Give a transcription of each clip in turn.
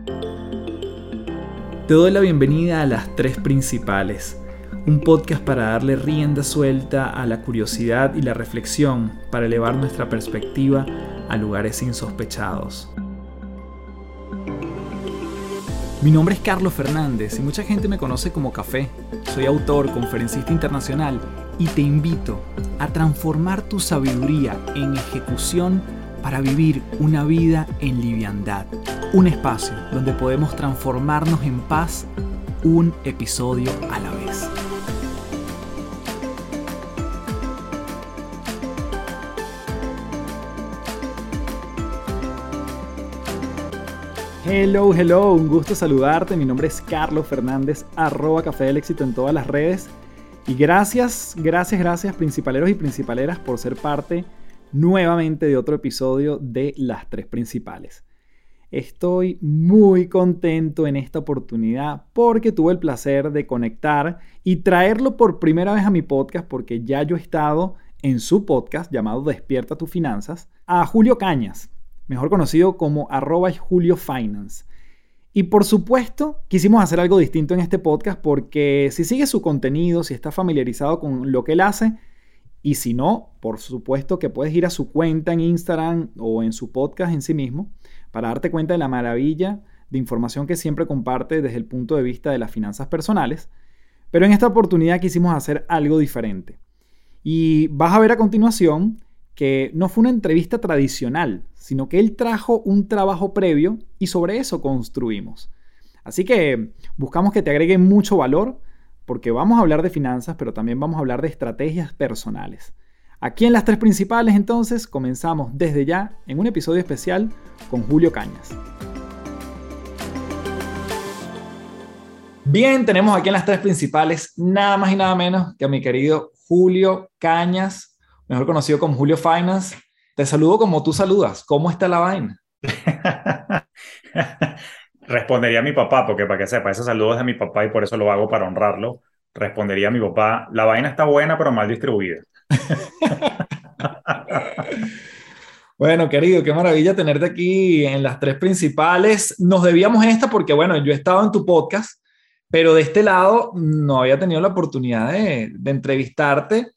Te doy la bienvenida a Las Tres Principales, un podcast para darle rienda suelta a la curiosidad y la reflexión para elevar nuestra perspectiva a lugares insospechados. Mi nombre es Carlos Fernández y mucha gente me conoce como Café. Soy autor, conferencista internacional y te invito a transformar tu sabiduría en ejecución para vivir una vida en liviandad. Un espacio donde podemos transformarnos en paz un episodio a la vez. Hello, un gusto saludarte. Mi nombre es Carlos Fernández, @Café del Éxito en todas las redes. Y gracias, principaleros y principaleras, por ser parte nuevamente de otro episodio de Las Tres Principales. Estoy muy contento en esta oportunidad porque tuve el placer de conectar y traerlo por primera vez a mi podcast, porque ya yo he estado en su podcast llamado Despierta tus Finanzas, a Julio Cañas, mejor conocido como @JulioFinance. Y por supuesto, quisimos hacer algo distinto en este podcast porque si sigues su contenido, si estás familiarizado con lo que él hace, y si no, por supuesto que puedes ir a su cuenta en Instagram o en su podcast en sí mismo para darte cuenta de la maravilla de información que siempre comparte desde el punto de vista de las finanzas personales. Pero en esta oportunidad quisimos hacer algo diferente. Y vas a ver a continuación que no fue una entrevista tradicional, sino que él trajo un trabajo previo y sobre eso construimos. Así que buscamos que te agregue mucho valor, porque vamos a hablar de finanzas, pero también vamos a hablar de estrategias personales. Aquí en Las Tres Principales, entonces, comenzamos desde ya en un episodio especial con Julio Cañas. Bien, tenemos aquí en Las Tres Principales nada más y nada menos que a mi querido Julio Cañas, mejor conocido como Julio Finance. Te saludo como tú saludas. ¿Cómo está la vaina? Respondería a mi papá, porque para que sepa, ese saludo es de mi papá y por eso lo hago, para honrarlo. Respondería a mi papá: la vaina está buena, pero mal distribuida. Bueno, querido, qué maravilla tenerte aquí en Las Tres Principales. Nos debíamos esta porque, bueno, yo he estado en tu podcast, pero de este lado no había tenido la oportunidad de entrevistarte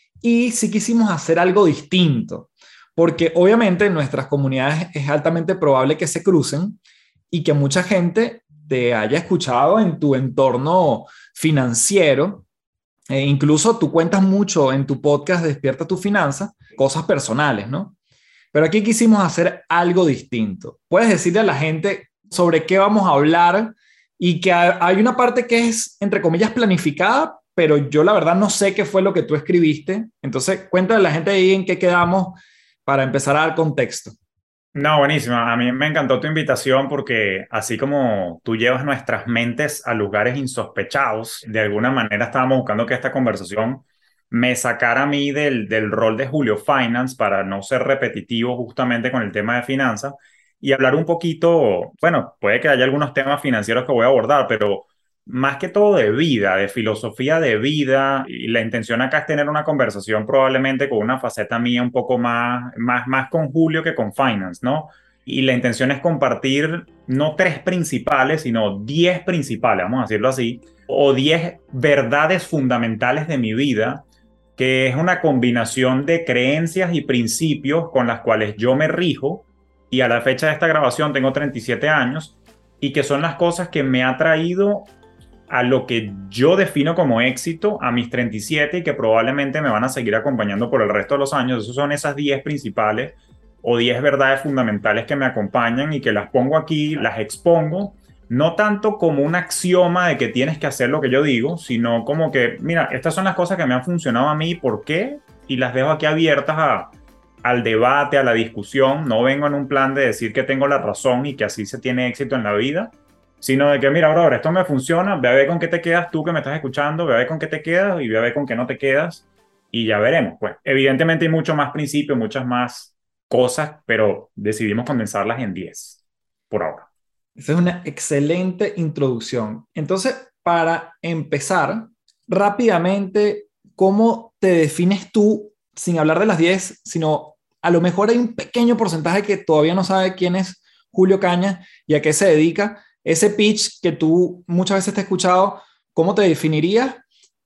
y sí quisimos hacer algo distinto, porque obviamente en nuestras comunidades es altamente probable que se crucen y que mucha gente te haya escuchado en tu entorno financiero. Incluso tú cuentas mucho en tu podcast Despierta tus Finanzas, cosas personales, ¿no? Pero aquí quisimos hacer algo distinto. Puedes decirle a la gente sobre qué vamos a hablar y que hay una parte que es, entre comillas, planificada, pero yo la verdad no sé qué fue lo que tú escribiste. Entonces, cuéntale a la gente ahí en qué quedamos para empezar a dar contexto. No, buenísima. A mí me encantó tu invitación porque así como tú llevas nuestras mentes a lugares insospechados, de alguna manera estábamos buscando que esta conversación me sacara a mí del rol de Julio Finance para no ser repetitivo justamente con el tema de finanzas y hablar un poquito. Bueno, puede que haya algunos temas financieros que voy a abordar, pero más que todo de vida, de filosofía de vida, y la intención acá es tener una conversación probablemente con una faceta mía un poco más con Julio que con Finance, ¿no? Y la intención es compartir no tres principales, sino 10 principales, vamos a decirlo así, o 10 verdades fundamentales de mi vida, que es una combinación de creencias y principios con las cuales yo me rijo, y a la fecha de esta grabación tengo 37 años, y que son las cosas que me ha traído a lo que yo defino como éxito a mis 37 y que probablemente me van a seguir acompañando por el resto de los años. Esas son esas 10 principales o 10 verdades fundamentales que me acompañan y que las pongo aquí, las expongo, no tanto como un axioma de que tienes que hacer lo que yo digo, sino como que, mira, estas son las cosas que me han funcionado a mí, ¿por qué? Y las dejo aquí abiertas al debate, a la discusión. No vengo en un plan de decir que tengo la razón y que así se tiene éxito en la vida, sino de que, mira, brother, esto me funciona, ve a ver con qué te quedas tú que me estás escuchando, ve a ver con qué te quedas y ve a ver con qué no te quedas y ya veremos. Pues evidentemente hay mucho más principios, muchas más cosas, pero decidimos condensarlas en 10 por ahora. Esa es una excelente introducción. Entonces, para empezar, rápidamente, ¿cómo te defines tú, sin hablar de las 10, sino a lo mejor hay un pequeño porcentaje que todavía no sabe quién es Julio Cañas y a qué se dedica? ese pitch que tú muchas veces te has escuchado, ¿cómo te definirías?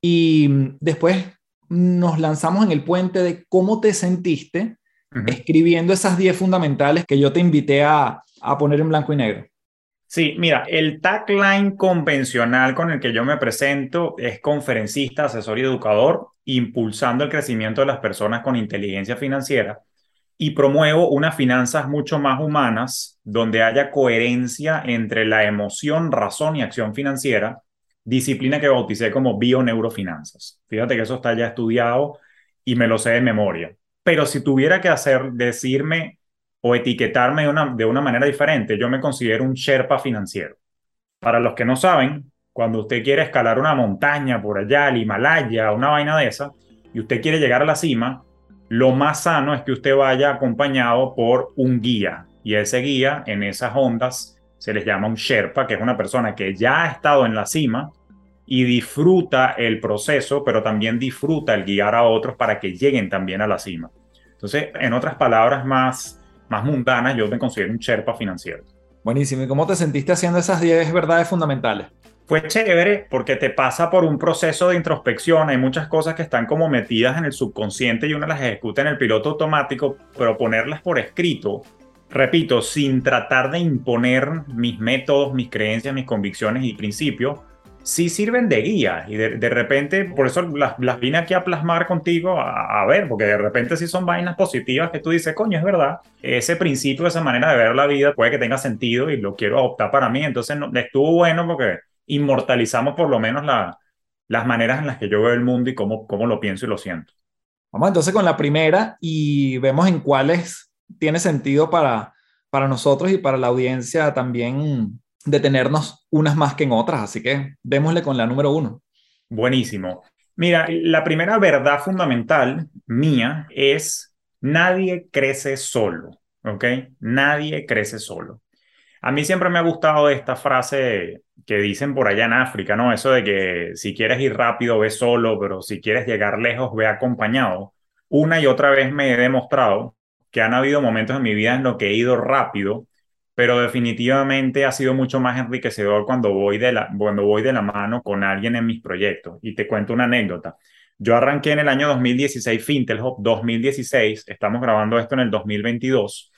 Y después nos lanzamos en el puente de cómo te sentiste Ujú. escribiendo esas 10 fundamentales que yo te invité a poner en blanco y negro. Sí, mira, el tagline convencional con el que yo me presento es conferencista, asesor y educador, impulsando el crecimiento de las personas con inteligencia financiera y promuevo unas finanzas mucho más humanas, donde haya coherencia entre la emoción, razón y acción financiera, disciplina que bauticé como bioneurofinanzas. Fíjate que eso está ya estudiado y me lo sé de memoria. Pero si tuviera que decirme o etiquetarme de una manera diferente, yo me considero un Sherpa financiero. Para los que no saben, cuando usted quiere escalar una montaña por allá, el Himalaya, una vaina de esa, y usted quiere llegar a la cima, lo más sano es que usted vaya acompañado por un guía. Y ese guía, en esas ondas, se les llama un Sherpa, que es una persona que ya ha estado en la cima y disfruta el proceso, pero también disfruta el guiar a otros para que lleguen también a la cima. Entonces, en otras palabras más mundanas, yo me considero un Sherpa financiero. Buenísimo. ¿Y cómo te sentiste haciendo esas 10 verdades fundamentales? Fue chévere porque te pasa por un proceso de introspección. Hay muchas cosas que están como metidas en el subconsciente y uno las ejecuta en el piloto automático, pero ponerlas por escrito, repito, sin tratar de imponer mis métodos, mis creencias, mis convicciones y principios, sí sirven de guía. Y de repente, por eso las vine aquí a plasmar contigo, a ver, porque de repente sí son vainas positivas que tú dices, coño, es verdad. Ese principio, esa manera de ver la vida puede que tenga sentido y lo quiero adoptar para mí. Entonces estuvo bueno porque inmortalizamos por lo menos las maneras en las que yo veo el mundo y cómo lo pienso y lo siento. Vamos entonces con la primera y vemos en cuáles tiene sentido para nosotros y para la audiencia también detenernos unas más que en otras. Así que démosle con la número uno. Buenísimo. Mira, la primera verdad fundamental mía es nadie crece solo, ¿ok? Nadie crece solo. A mí siempre me ha gustado esta frase que dicen por allá en África, ¿no? Eso de que si quieres ir rápido, ve solo, pero si quieres llegar lejos, ve acompañado. Una y otra vez me he demostrado que han habido momentos en mi vida en los que he ido rápido, pero definitivamente ha sido mucho más enriquecedor cuando voy de la mano con alguien en mis proyectos. Y te cuento una anécdota. Yo arranqué en el año 2016, Fintel Hub 2016, estamos grabando esto en el 2022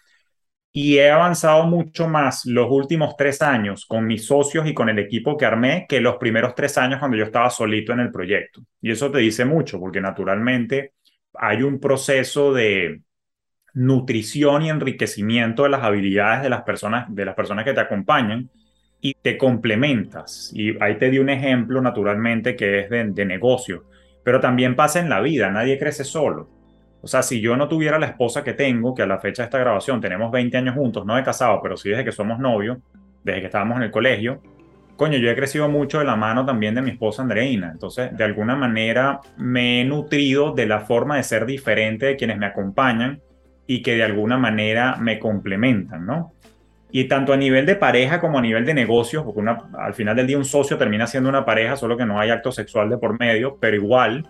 y he avanzado mucho más los últimos 3 años con mis socios y con el equipo que armé que los primeros 3 años cuando yo estaba solito en el proyecto. Y eso te dice mucho, porque naturalmente hay un proceso de nutrición y enriquecimiento de las habilidades de las personas que te acompañan y te complementas. Y ahí te di un ejemplo, naturalmente, que es de negocio, pero también pasa en la vida, nadie crece solo. O sea, si yo no tuviera la esposa que tengo, que a la fecha de esta grabación tenemos 20 años juntos, no de casado, pero sí desde que somos novios, desde que estábamos en el colegio, coño, yo he crecido mucho de la mano también de mi esposa Andreina. Entonces, de alguna manera me he nutrido de la forma de ser diferente de quienes me acompañan y que de alguna manera me complementan, ¿no? Y tanto a nivel de pareja como a nivel de negocios, porque al final del día un socio termina siendo una pareja, solo que no hay acto sexual de por medio, pero igual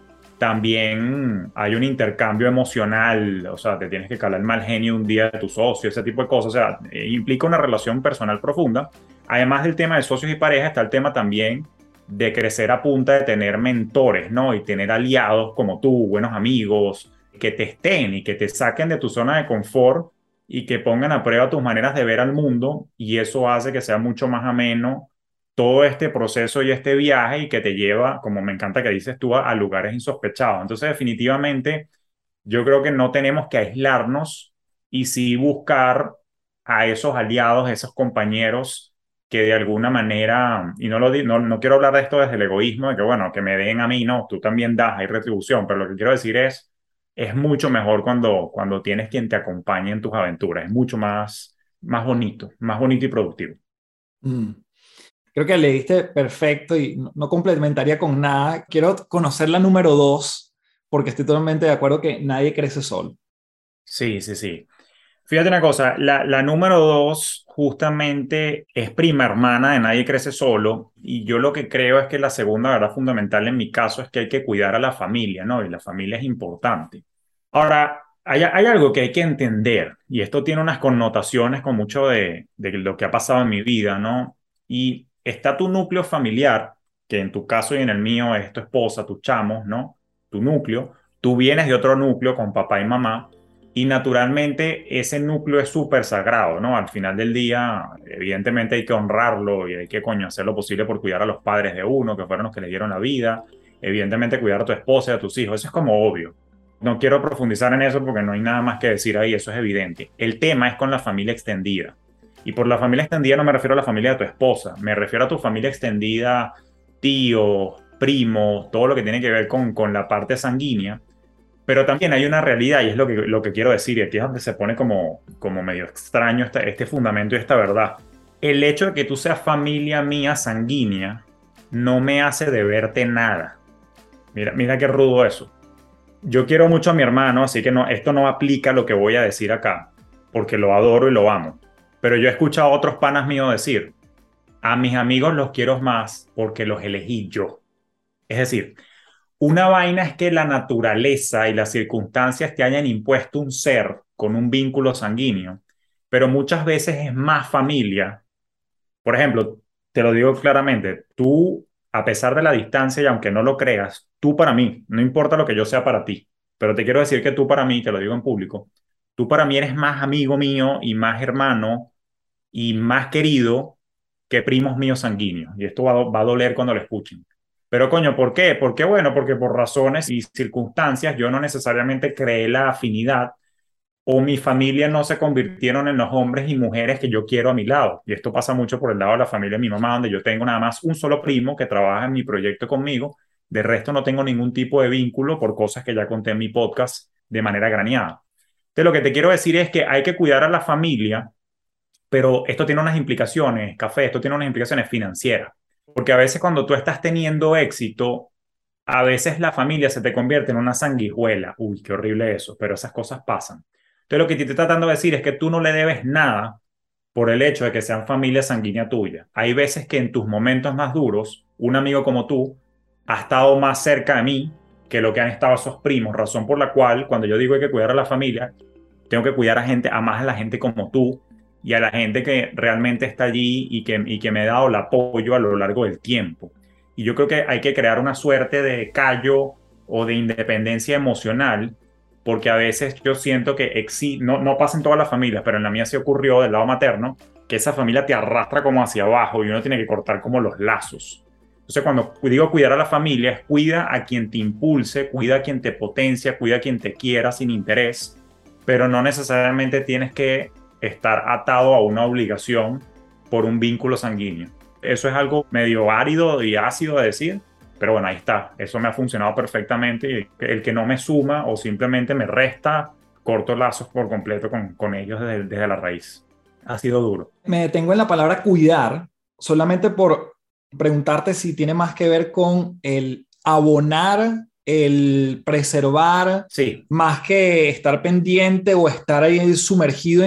también hay un intercambio emocional, o sea, te tienes que calar el mal genio un día de tu socio, ese tipo de cosas, o sea, implica una relación personal profunda. Además del tema de socios y pareja, está el tema también de crecer a punta de tener mentores, ¿no? Y tener aliados como tú, buenos amigos, que te estén y que te saquen de tu zona de confort y que pongan a prueba tus maneras de ver al mundo y eso hace que sea mucho más ameno todo este proceso y este viaje y que te lleva, como me encanta que dices tú, a lugares insospechados. Entonces, definitivamente, yo creo que no tenemos que aislarnos y sí buscar a esos aliados, esos compañeros que de alguna manera, y no quiero hablar de esto desde el egoísmo, de que bueno, que me den a mí, no, tú también das, hay retribución, pero lo que quiero decir es mucho mejor cuando tienes quien te acompañe en tus aventuras, es mucho más bonito y productivo. Mm. Creo que le diste perfecto y no complementaría con nada. Quiero conocer la número dos porque estoy totalmente de acuerdo que nadie crece solo. Sí, sí, sí. Fíjate una cosa, la número dos justamente es prima hermana de Nadie Crece Solo y yo lo que creo es que la segunda verdad fundamental en mi caso es que hay que cuidar a la familia, ¿no? Y la familia es importante. Ahora, hay algo que hay que entender y esto tiene unas connotaciones con mucho de lo que ha pasado en mi vida, ¿no? y está tu núcleo familiar, que en tu caso y en el mío es tu esposa, tus chamos, ¿no? Tu núcleo. Tú vienes de otro núcleo con papá y mamá y naturalmente ese núcleo es súper sagrado, ¿no? Al final del día, evidentemente hay que honrarlo y hay que, coño, hacer lo posible por cuidar a los padres de uno, que fueron los que le dieron la vida. Evidentemente cuidar a tu esposa y a tus hijos, eso es como obvio. No quiero profundizar en eso porque no hay nada más que decir ahí, eso es evidente. El tema es con la familia extendida. Y por la familia extendida no me refiero a la familia de tu esposa, me refiero a tu familia extendida, tíos, primos, todo lo que tiene que ver con la parte sanguínea. Pero también hay una realidad y es lo que quiero decir, y aquí es donde se pone como medio extraño este fundamento y esta verdad. El hecho de que tú seas familia mía sanguínea no me hace deberte nada. Mira, mira qué rudo eso. Yo quiero mucho a mi hermano, así que no, esto no aplica a lo que voy a decir acá, porque lo adoro y lo amo. Pero yo he escuchado a otros panas míos decir, a mis amigos los quiero más porque los elegí yo. Es decir, una vaina es que la naturaleza y las circunstancias te hayan impuesto un ser con un vínculo sanguíneo, pero muchas veces es más familia. Por ejemplo, te lo digo claramente, tú, a pesar de la distancia y aunque no lo creas, tú para mí, no importa lo que yo sea para ti, pero te quiero decir que tú para mí, te lo digo en público, tú para mí eres más amigo mío y más hermano y más querido que primos míos sanguíneos. Y esto va a doler cuando lo escuchen. Pero coño, ¿por qué? Porque bueno, porque por razones y circunstancias yo no necesariamente creé la afinidad o mi familia no se convirtieron en los hombres y mujeres que yo quiero a mi lado. Y esto pasa mucho por el lado de la familia de mi mamá, donde yo tengo nada más un solo primo que trabaja en mi proyecto conmigo. De resto no tengo ningún tipo de vínculo por cosas que ya conté en mi podcast de manera graneada. Entonces lo que te quiero decir es que hay que cuidar a la familia, pero esto tiene unas implicaciones, Café, esto tiene unas implicaciones financieras. Porque a veces cuando tú estás teniendo éxito, a veces la familia se te convierte en una sanguijuela. Uy, qué horrible eso, pero esas cosas pasan. Entonces lo que te estoy tratando de decir es que tú no le debes nada por el hecho de que sean familia sanguínea tuya. Hay veces que en tus momentos más duros, un amigo como tú ha estado más cerca de mí que lo que han estado esos primos, razón por la cual cuando yo digo hay que cuidar a la familia, tengo que cuidar a gente, a más a la gente como tú y a la gente que realmente está allí y que me ha dado el apoyo a lo largo del tiempo. Y yo creo que hay que crear una suerte de callo o de independencia emocional, porque a veces yo siento que no pasa en todas las familias, pero en la mía sí ocurrió del lado materno, que esa familia te arrastra como hacia abajo y uno tiene que cortar como los lazos. Entonces cuando digo cuidar a la familia, es cuida a quien te impulse, cuida a quien te potencia, cuida a quien te quiera sin interés, pero no necesariamente tienes que estar atado a una obligación por un vínculo sanguíneo. Eso es algo medio árido y ácido de decir, pero bueno, ahí está. Eso me ha funcionado perfectamente y el que no me suma o simplemente me resta, corto lazos por completo con ellos desde la raíz. Ha sido duro. Me detengo en la palabra cuidar, solamente por preguntarte si tiene más que ver con el abonar, el preservar, Sí, más que estar pendiente o estar ahí sumergido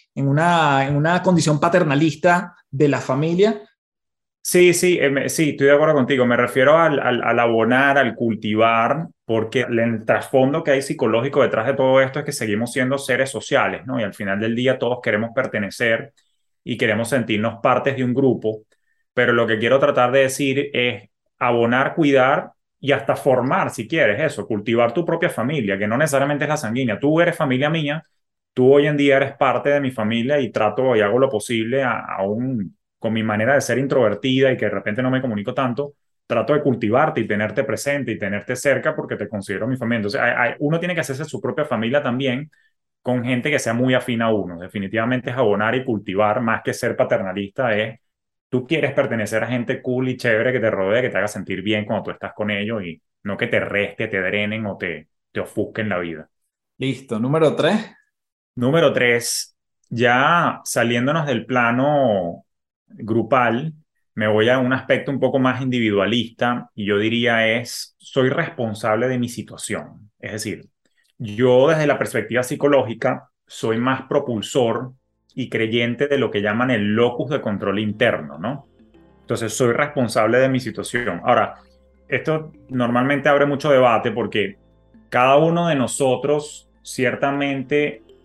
en una condición paternalista de la familia. sí, sí, sí, estoy de acuerdo contigo. Me refiero al abonar, al cultivar, porque el trasfondo que hay psicológico detrás de todo esto es que seguimos siendo seres sociales, ¿no? Y al final del día todos queremos pertenecer y queremos sentirnos partes de un grupo, pero lo que quiero tratar de decir es abonar, cuidar y hasta formar, si quieres, eso, cultivar tu propia familia, que no necesariamente es la sanguínea. Tú eres familia mía, tú hoy en día eres parte de mi familia y trato y hago lo posible aún con mi manera de ser introvertida y que de repente no me comunico tanto, trato de cultivarte y tenerte presente y tenerte cerca porque te considero mi familia. Entonces, uno tiene que hacerse su propia familia también con gente que sea muy afín a uno. Definitivamente es abonar y cultivar más que ser paternalista. Es tú quieres pertenecer a gente cool y chévere que te rodee, que te haga sentir bien cuando tú estás con ellos y no que te reste, te drenen o te ofusquen la vida. Listo, número 3. Número tres, ya saliéndonos del plano grupal, me voy a un aspecto un poco más individualista y yo diría soy responsable de mi situación. Es decir, yo desde la perspectiva psicológica soy más propulsor y creyente de lo que llaman el locus de control interno, ¿no? Entonces soy responsable de mi situación. Ahora, esto normalmente abre mucho debate porque cada uno de nosotros ciertamente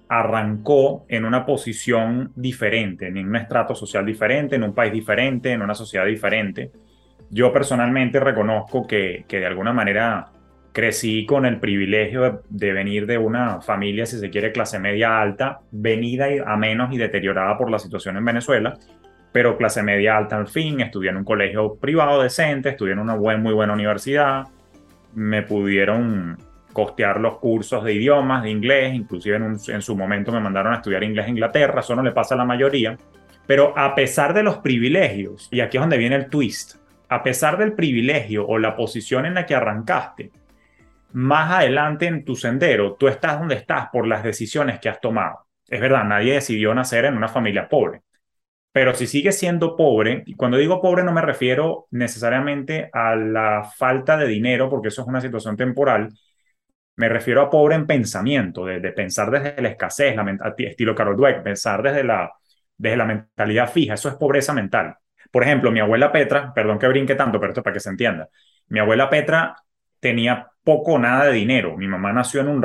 arrancó en una posición diferente, en un estrato social diferente, en un país diferente, en una sociedad diferente. Yo personalmente reconozco que de alguna manera crecí con el privilegio de venir de una familia, si se quiere, clase media alta, venida a menos y deteriorada por la situación en Venezuela, pero clase media alta al fin. Estudié en un colegio privado decente, estudié en una muy buena universidad, me pudieron costear los cursos de idiomas, de inglés, inclusive en su momento me mandaron a estudiar inglés a Inglaterra, eso no le pasa a la mayoría, pero a pesar de los privilegios, y aquí es donde viene el twist, a pesar del privilegio o la posición en la que arrancaste, más adelante en tu sendero, tú estás donde estás por las decisiones que has tomado. Es verdad, nadie decidió nacer en una familia pobre, pero si sigues siendo pobre, y cuando digo pobre no me refiero necesariamente a la falta de dinero, porque eso es una situación temporal, me refiero a pobre en pensamiento, de pensar desde la escasez, estilo Carol Dweck, pensar desde la mentalidad fija, eso es pobreza mental. Por ejemplo, mi abuela Petra, perdón que brinque tanto, pero esto es para que se entienda, mi abuela Petra tenía poco o nada de dinero. Mi mamá nació en un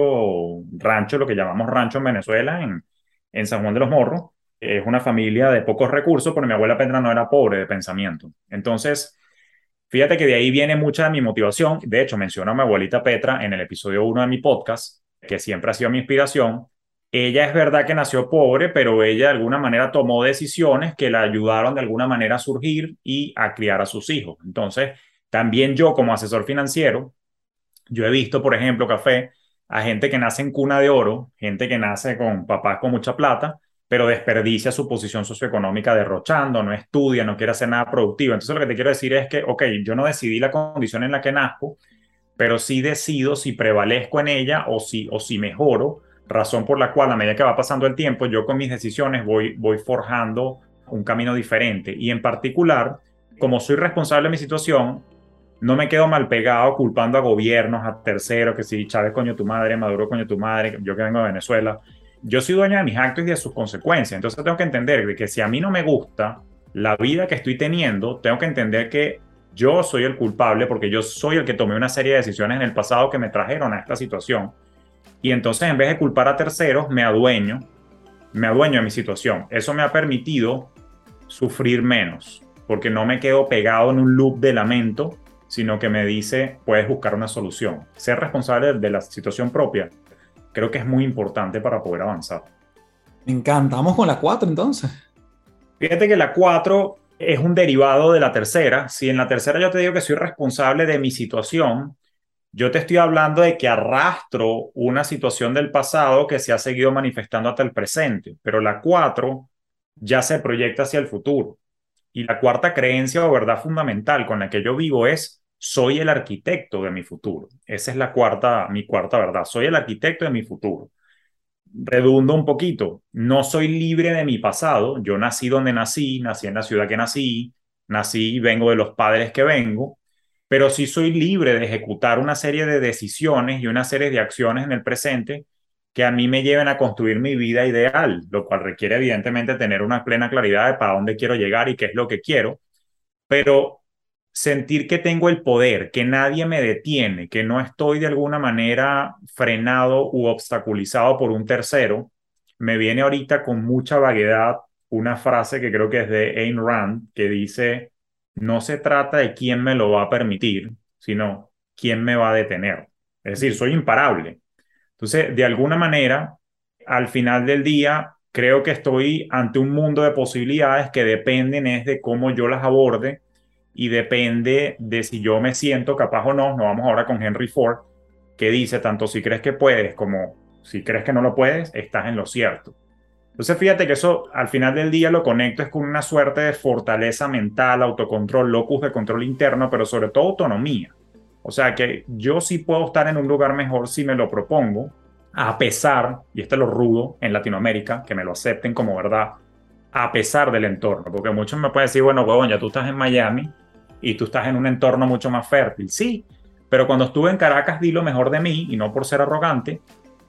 rancho, lo que llamamos rancho en Venezuela, en San Juan de los Morros. Es una familia de pocos recursos, pero mi abuela Petra no era pobre de pensamiento. Entonces, fíjate que de ahí viene mucha de mi motivación. De hecho, menciono a mi abuelita Petra en el episodio 1 de mi podcast, que siempre ha sido mi inspiración. Ella es verdad que nació pobre, pero ella de alguna manera tomó decisiones que la ayudaron de alguna manera a surgir y a criar a sus hijos. Entonces, también yo como asesor financiero, yo he visto, por ejemplo, café, a gente que nace en cuna de oro, gente que nace con papás con mucha plata, pero desperdicia su posición socioeconómica derrochando, no estudia, no quiere hacer nada productivo. Entonces lo que te quiero decir es que, ok, yo no decidí la condición en la que nazco, pero sí decido si prevalezco en ella o si mejoro, razón por la cual a medida que va pasando el tiempo, yo con mis decisiones voy forjando un camino diferente. Y en particular, como soy responsable de mi situación, no me quedo mal pegado culpando a gobiernos, a terceros, que si Chávez coño tu madre, Maduro coño tu madre, yo que vengo de Venezuela. Yo soy dueño de mis actos y de sus consecuencias. Entonces tengo que entender de que si a mí no me gusta la vida que estoy teniendo, tengo que entender que yo soy el culpable porque yo soy el que tomé una serie de decisiones en el pasado que me trajeron a esta situación. Y entonces en vez de culpar a terceros, me adueño de mi situación. Eso me ha permitido sufrir menos, porque no me quedo pegado en un loop de lamento, sino que me dice, puedes buscar una solución. Ser responsable de la situación propia, creo que es muy importante para poder avanzar. Me encanta. Vamos con la 4 entonces. Fíjate que la 4 es un derivado de la tercera. Si en la tercera yo te digo que soy responsable de mi situación, yo te estoy hablando de que arrastro una situación del pasado que se ha seguido manifestando hasta el presente, pero la 4 ya se proyecta hacia el futuro. Y la cuarta creencia o verdad fundamental con la que yo vivo es: soy el arquitecto de mi futuro. Esa es mi cuarta verdad. Soy el arquitecto de mi futuro. Redundo un poquito. No soy libre de mi pasado. Yo nací donde nací en la ciudad que nací y vengo de los padres que vengo, pero sí soy libre de ejecutar una serie de decisiones y una serie de acciones en el presente que a mí me lleven a construir mi vida ideal, lo cual requiere evidentemente tener una plena claridad de para dónde quiero llegar y qué es lo que quiero, pero sentir que tengo el poder, que nadie me detiene, que no estoy de alguna manera frenado u obstaculizado por un tercero. Me viene ahorita con mucha vaguedad una frase que creo que es de Ayn Rand, que dice: no se trata de quién me lo va a permitir, sino quién me va a detener. Es decir, soy imparable. Entonces, de alguna manera, al final del día, creo que estoy ante un mundo de posibilidades que dependen es de cómo yo las aborde y depende de si yo me siento capaz o no. Nos vamos ahora con Henry Ford, que dice: tanto si crees que puedes como si crees que no lo puedes, estás en lo cierto. Entonces, fíjate que eso al final del día lo conecto es con una suerte de fortaleza mental, autocontrol, locus de control interno, pero sobre todo autonomía. O sea que yo sí puedo estar en un lugar mejor si me lo propongo, a pesar, y esto es lo rudo en Latinoamérica, que me lo acepten como verdad, a pesar del entorno. Porque muchos me pueden decir, bueno, huevón, ya tú estás en Miami y tú estás en un entorno mucho más fértil. Sí, pero cuando estuve en Caracas di lo mejor de mí, y no por ser arrogante,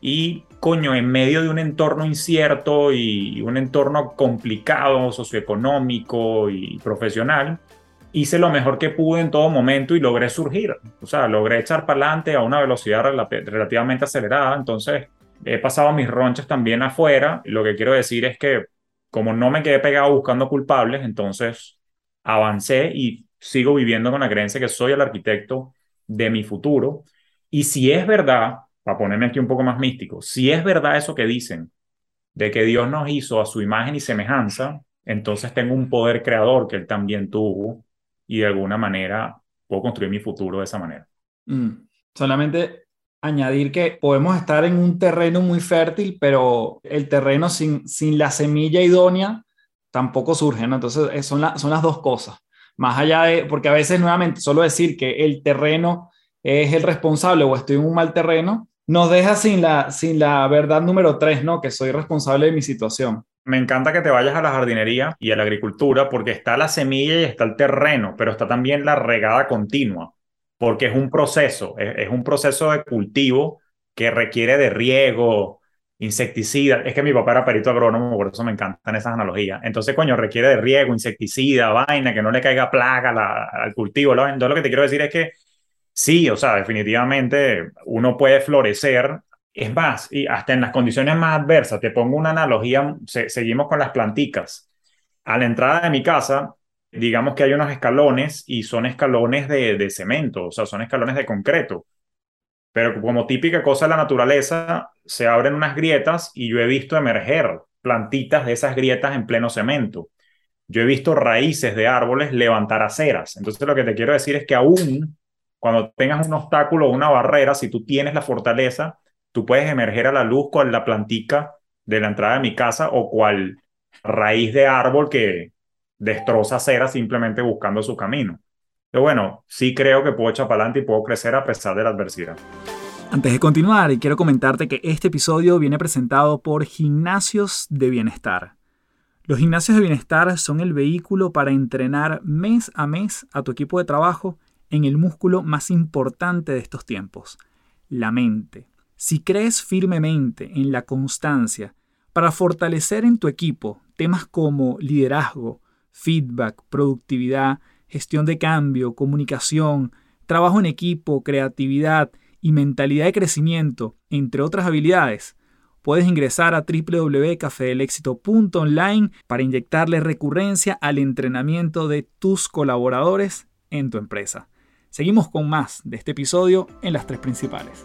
y coño, en medio de un entorno incierto y un entorno complicado, socioeconómico y profesional, hice lo mejor que pude en todo momento y logré surgir. O sea, logré echar para adelante a una velocidad relativamente acelerada. Entonces, he pasado mis ronchas también afuera. Lo que quiero decir es que como no me quedé pegado buscando culpables, entonces avancé y sigo viviendo con la creencia que soy el arquitecto de mi futuro. Y si es verdad, para ponerme aquí un poco más místico, si es verdad eso que dicen, de que Dios nos hizo a su imagen y semejanza, entonces tengo un poder creador que Él también tuvo y de alguna manera puedo construir mi futuro de esa manera. Solamente añadir que podemos estar en un terreno muy fértil, pero el terreno sin la semilla idónea tampoco surge, ¿no? Entonces son las dos cosas. Más allá de, porque a veces nuevamente solo decir que el terreno es el responsable o estoy en un mal terreno, nos deja sin la verdad número tres, ¿no? Que soy responsable de mi situación. Me encanta que te vayas a la jardinería y a la agricultura porque está la semilla y está el terreno, pero está también la regada continua, porque es un proceso, es un proceso de cultivo que requiere de riego, insecticida. Es que mi papá era perito agrónomo, por eso me encantan esas analogías. Entonces, coño, requiere de riego, insecticida, vaina, que no le caiga plaga al cultivo. Entonces, lo que te quiero decir es que sí, o sea, definitivamente uno puede florecer. Es más, y hasta en las condiciones más adversas, te pongo una analogía, seguimos con las planticas. A la entrada de mi casa, digamos que hay unos escalones y son escalones de cemento, o sea, son escalones de concreto. Pero como típica cosa de la naturaleza, se abren unas grietas y yo he visto emerger plantitas de esas grietas en pleno cemento. Yo he visto raíces de árboles levantar aceras. Entonces lo que te quiero decir es que aún cuando tengas un obstáculo o una barrera, si tú tienes la fortaleza, tú puedes emerger a la luz con la plantica de la entrada de mi casa o cual raíz de árbol que destroza aceras simplemente buscando su camino. Pero bueno, sí creo que puedo echar para adelante y puedo crecer a pesar de la adversidad. Antes de continuar, quiero comentarte que este episodio viene presentado por Gimnasios de Bienestar. Los gimnasios de bienestar son el vehículo para entrenar mes a mes a tu equipo de trabajo en el músculo más importante de estos tiempos, la mente. Si crees firmemente en la constancia para fortalecer en tu equipo temas como liderazgo, feedback, productividad, gestión de cambio, comunicación, trabajo en equipo, creatividad y mentalidad de crecimiento, entre otras habilidades, puedes ingresar a www.cafedelexito.online para inyectarle recurrencia al entrenamiento de tus colaboradores en tu empresa. Seguimos con más de este episodio en las tres principales.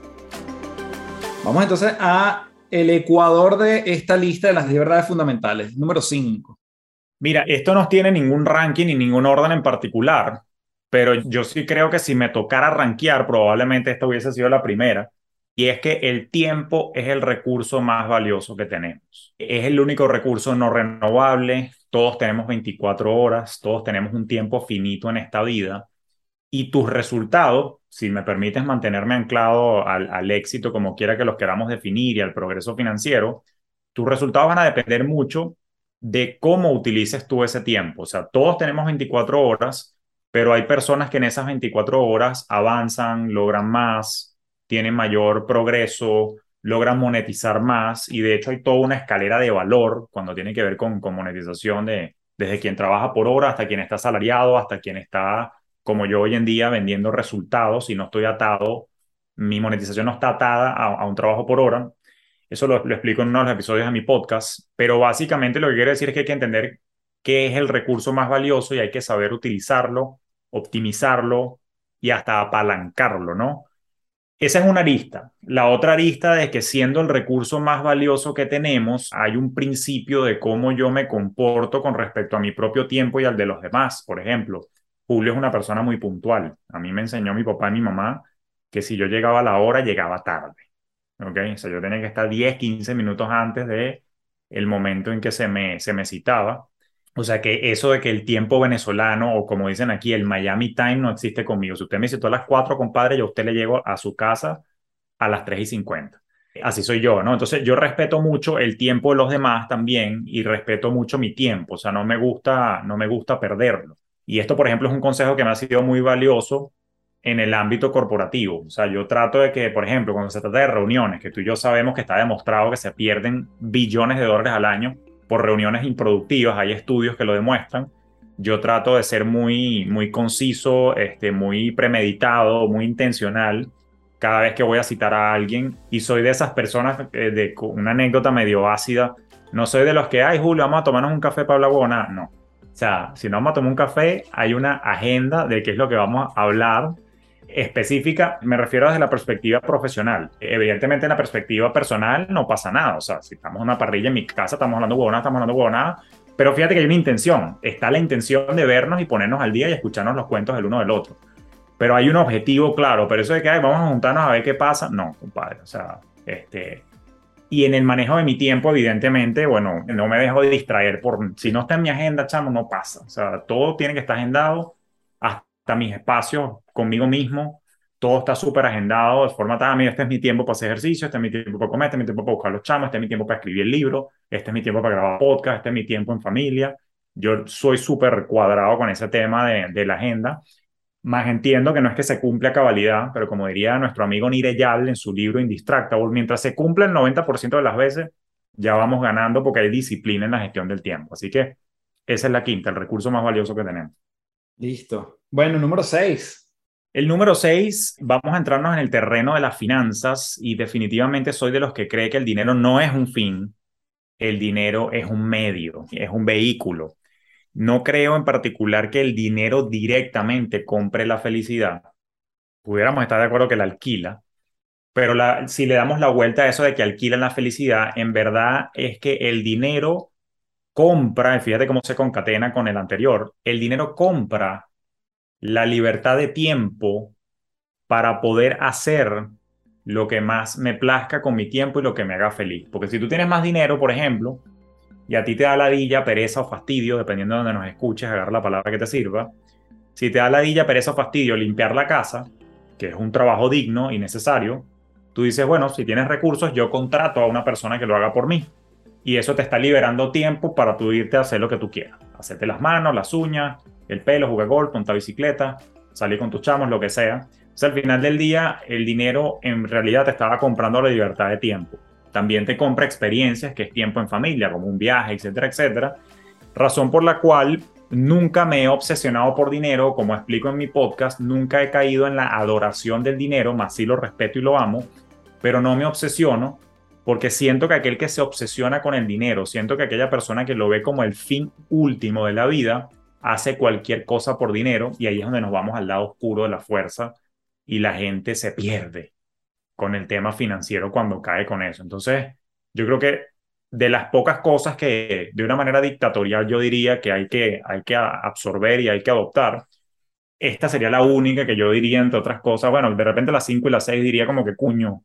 Vamos entonces a el ecuador de esta lista de las 10 verdades fundamentales, número 5. Mira, esto no tiene ningún ranking ni ningún orden en particular, pero yo sí creo que si me tocara rankear, probablemente esta hubiese sido la primera. Y es que el tiempo es el recurso más valioso que tenemos. Es el único recurso no renovable. Todos tenemos 24 horas, todos tenemos un tiempo finito en esta vida. Y tus resultados, si me permites mantenerme anclado al éxito, como quiera que los queramos definir, y al progreso financiero, tus resultados van a depender mucho de cómo utilices tú ese tiempo. O sea, todos tenemos 24 horas, pero hay personas que en esas 24 horas avanzan, logran más, tienen mayor progreso, logran monetizar más, y de hecho hay toda una escalera de valor cuando tiene que ver con monetización desde quien trabaja por hora hasta quien está asalariado, hasta quien está como yo hoy en día vendiendo resultados y no estoy atado, mi monetización no está atada a un trabajo por hora. Eso lo explico en uno de los episodios de mi podcast, pero básicamente lo que quiero decir es que hay que entender qué es el recurso más valioso y hay que saber utilizarlo, optimizarlo y hasta apalancarlo, ¿no? Esa es una arista. La otra arista es que siendo el recurso más valioso que tenemos, hay un principio de cómo yo me comporto con respecto a mi propio tiempo y al de los demás. Por ejemplo, Julio es una persona muy puntual. A mí me enseñó mi papá y mi mamá que si yo llegaba a la hora, llegaba tarde. ¿Ok? O sea, yo tenía que estar 10, 15 minutos antes de el momento en que se me citaba. O sea que eso de que el tiempo venezolano, o como dicen aquí, el Miami Time no existe conmigo. Si usted me citó a las 4, compadre, yo a usted le llego a su casa a las 3:50. Así soy yo, ¿no? Entonces yo respeto mucho el tiempo de los demás también y respeto mucho mi tiempo. O sea, no me gusta perderlo. Y esto, por ejemplo, es un consejo que me ha sido muy valioso en el ámbito corporativo. O sea, yo trato de que, por ejemplo, cuando se trata de reuniones, que tú y yo sabemos que está demostrado que se pierden billones de dólares al año por reuniones improductivas, hay estudios que lo demuestran. Yo trato de ser muy, muy conciso, muy premeditado, muy intencional cada vez que voy a citar a alguien y soy de esas personas, una anécdota medio ácida, no soy de los que, ay Julio, vamos a tomarnos un café para hablar huevonada, no. O sea, si no vamos a tomar un café, hay una agenda de qué es lo que vamos a hablar específica, me refiero desde la perspectiva profesional. Evidentemente en la perspectiva personal no pasa nada, o sea, si estamos en una parrilla en mi casa, estamos hablando huevonada, pero fíjate que hay una intención, está la intención de vernos y ponernos al día y escucharnos los cuentos del uno del otro. Pero hay un objetivo claro, pero eso de que ay, vamos a juntarnos a ver qué pasa, no, compadre, o sea, y en el manejo de mi tiempo, evidentemente, bueno, no me dejo de distraer si no está en mi agenda, chamo, no pasa. O sea, todo tiene que estar agendado, hasta mis espacios conmigo mismo, todo está súper agendado de forma tal, mira, este es mi tiempo para hacer ejercicio, este es mi tiempo para comer, este es mi tiempo para buscar los chamos, este es mi tiempo para escribir el libro, este es mi tiempo para grabar podcast, este es mi tiempo en familia. Yo soy súper cuadrado con ese tema de la agenda. Más entiendo que no es que se cumple a cabalidad, pero como diría nuestro amigo Nire Yal en su libro Indistractable, mientras se cumple el 90% de las veces, ya vamos ganando porque hay disciplina en la gestión del tiempo. Así que esa es la quinta, el recurso más valioso que tenemos. Listo. Bueno, número 6. El número 6, vamos a entrarnos en el terreno de las finanzas y definitivamente soy de los que cree que el dinero no es un fin, el dinero es un medio, es un vehículo. No creo en particular que el dinero directamente compre la felicidad. Pudiéramos estar de acuerdo que la alquila, pero si le damos la vuelta a eso de que alquilan la felicidad, en verdad es que el dinero compra, y fíjate cómo se concatena con el anterior, el dinero compra la libertad de tiempo para poder hacer lo que más me plazca con mi tiempo y lo que me haga feliz. Porque si tú tienes más dinero, por ejemplo, y a ti te da ladilla, pereza o fastidio, dependiendo de donde nos escuches, agarra la palabra que te sirva, si te da ladilla, pereza o fastidio limpiar la casa, que es un trabajo digno y necesario, tú dices, bueno, si tienes recursos, yo contrato a una persona que lo haga por mí. Y eso te está liberando tiempo para tú irte a hacer lo que tú quieras. Hacerte las manos, las uñas, el pelo, jugar golf, montar bicicleta, salir con tus chamos, lo que sea. O sea, al final del día, el dinero en realidad te estaba comprando la libertad de tiempo. También te compra experiencias, que es tiempo en familia, como un viaje, etcétera, etcétera. Razón por la cual nunca me he obsesionado por dinero, como explico en mi podcast, nunca he caído en la adoración del dinero, más sí lo respeto y lo amo, pero no me obsesiono porque siento que aquel que se obsesiona con el dinero, siento que aquella persona que lo ve como el fin último de la vida, hace cualquier cosa por dinero y ahí es donde nos vamos al lado oscuro de la fuerza y la gente se pierde con el tema financiero cuando cae con eso. Entonces, yo creo que de las pocas cosas que de una manera dictatorial yo diría que hay que absorber y hay que adoptar, esta sería la única que yo diría, entre otras cosas, bueno, de repente las 5 y las 6 diría como que cuño,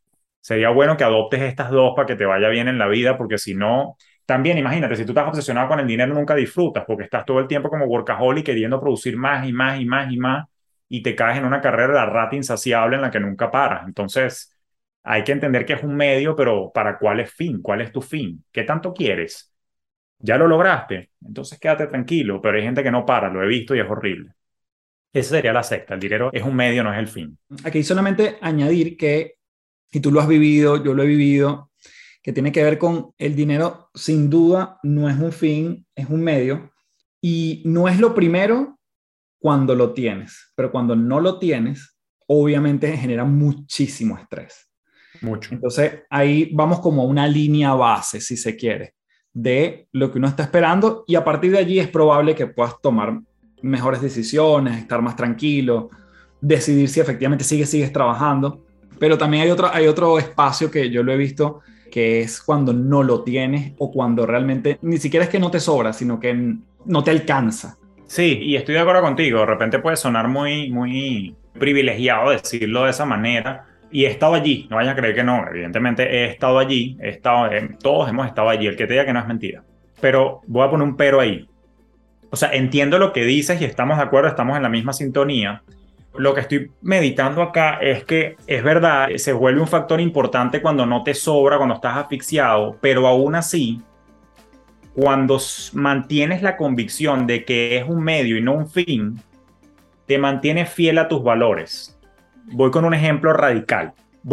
sería bueno que adoptes estas dos para que te vaya bien en la vida, porque si no, también imagínate, si tú estás obsesionado con el dinero, nunca disfrutas, porque estás todo el tiempo como workaholic queriendo producir más y más y más y más, y te caes en una carrera de la rata insaciable en la que nunca paras. Entonces, hay que entender que es un medio, pero ¿para cuál es fin? ¿Cuál es tu fin? ¿Qué tanto quieres? ¿Ya lo lograste? Entonces quédate tranquilo, pero hay gente que no para, lo he visto y es horrible. Esa sería la secta, el dinero es un medio, no es el fin. Aquí solamente añadir que, y tú lo has vivido, yo lo he vivido, que tiene que ver con el dinero, sin duda, no es un fin, es un medio, y no es lo primero cuando lo tienes, pero cuando no lo tienes, obviamente genera muchísimo estrés. Mucho. Entonces ahí vamos como a una línea base, si se quiere, de lo que uno está esperando y a partir de allí es probable que puedas tomar mejores decisiones, estar más tranquilo, decidir si efectivamente sigues trabajando. Pero también hay otro espacio que yo lo he visto, que es cuando no lo tienes o cuando realmente ni siquiera es que no te sobra, sino que no te alcanza. Sí, y estoy de acuerdo contigo. De repente puede sonar muy, muy privilegiado decirlo de esa manera. Y he estado allí, no vayas a creer que no. Evidentemente he estado allí, todos hemos estado allí. El que te diga que no es mentira. Pero voy a poner un pero ahí. O sea, entiendo lo que dices y estamos de acuerdo, estamos en la misma sintonía. Lo que estoy meditando acá es que es verdad, se vuelve un factor importante cuando no te sobra, cuando estás asfixiado, pero aún así cuando mantienes la convicción de que es un medio y no un fin, te mantienes fiel a tus valores. Voy con un ejemplo radical.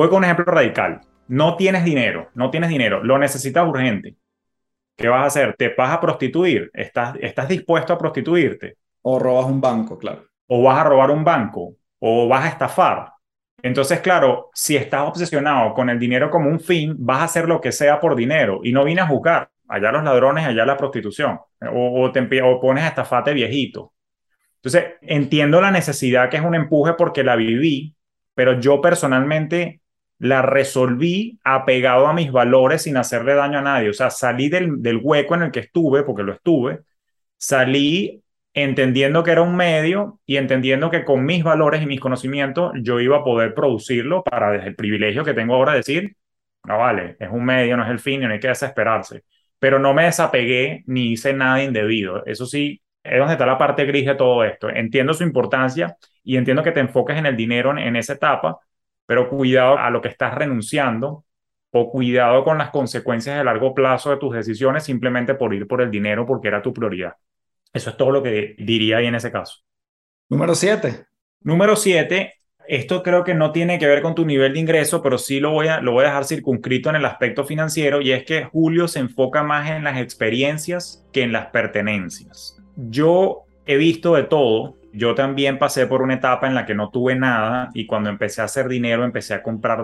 No tienes dinero, lo necesitas urgente. ¿Qué vas a hacer? ¿Te vas a prostituir? ¿Estás dispuesto a prostituirte? O robas un banco, claro. ¿O vas a robar un banco? ¿O vas a estafar? Entonces, claro, si estás obsesionado con el dinero como un fin, vas a hacer lo que sea por dinero y no vine a juzgar. Allá los ladrones, allá la prostitución. O pones a estafarte viejito. Entonces, entiendo la necesidad que es un empuje porque la viví, pero yo personalmente la resolví apegado a mis valores sin hacerle daño a nadie. O sea, salí del hueco en el que estuve, porque lo estuve, salí entendiendo que era un medio y entendiendo que con mis valores y mis conocimientos yo iba a poder producirlo para desde el privilegio que tengo ahora decir, no vale, es un medio, no es el fin y no hay que desesperarse. Pero no me desapegué ni hice nada indebido. Eso sí, es donde está la parte gris de todo esto. Entiendo su importancia y entiendo que te enfoques en el dinero en esa etapa, pero cuidado a lo que estás renunciando o cuidado con las consecuencias a largo plazo de tus decisiones simplemente por ir por el dinero porque era tu prioridad. Eso es todo lo que diría ahí en ese caso. Número 7. Número 7, esto creo que no tiene que ver con tu nivel de ingreso, pero sí lo voy a dejar circunscrito en el aspecto financiero y es que Julio se enfoca más en las experiencias que en las pertenencias. Yo he visto de todo. Yo también pasé por una etapa en la que no tuve nada y cuando empecé a hacer dinero empecé a comprar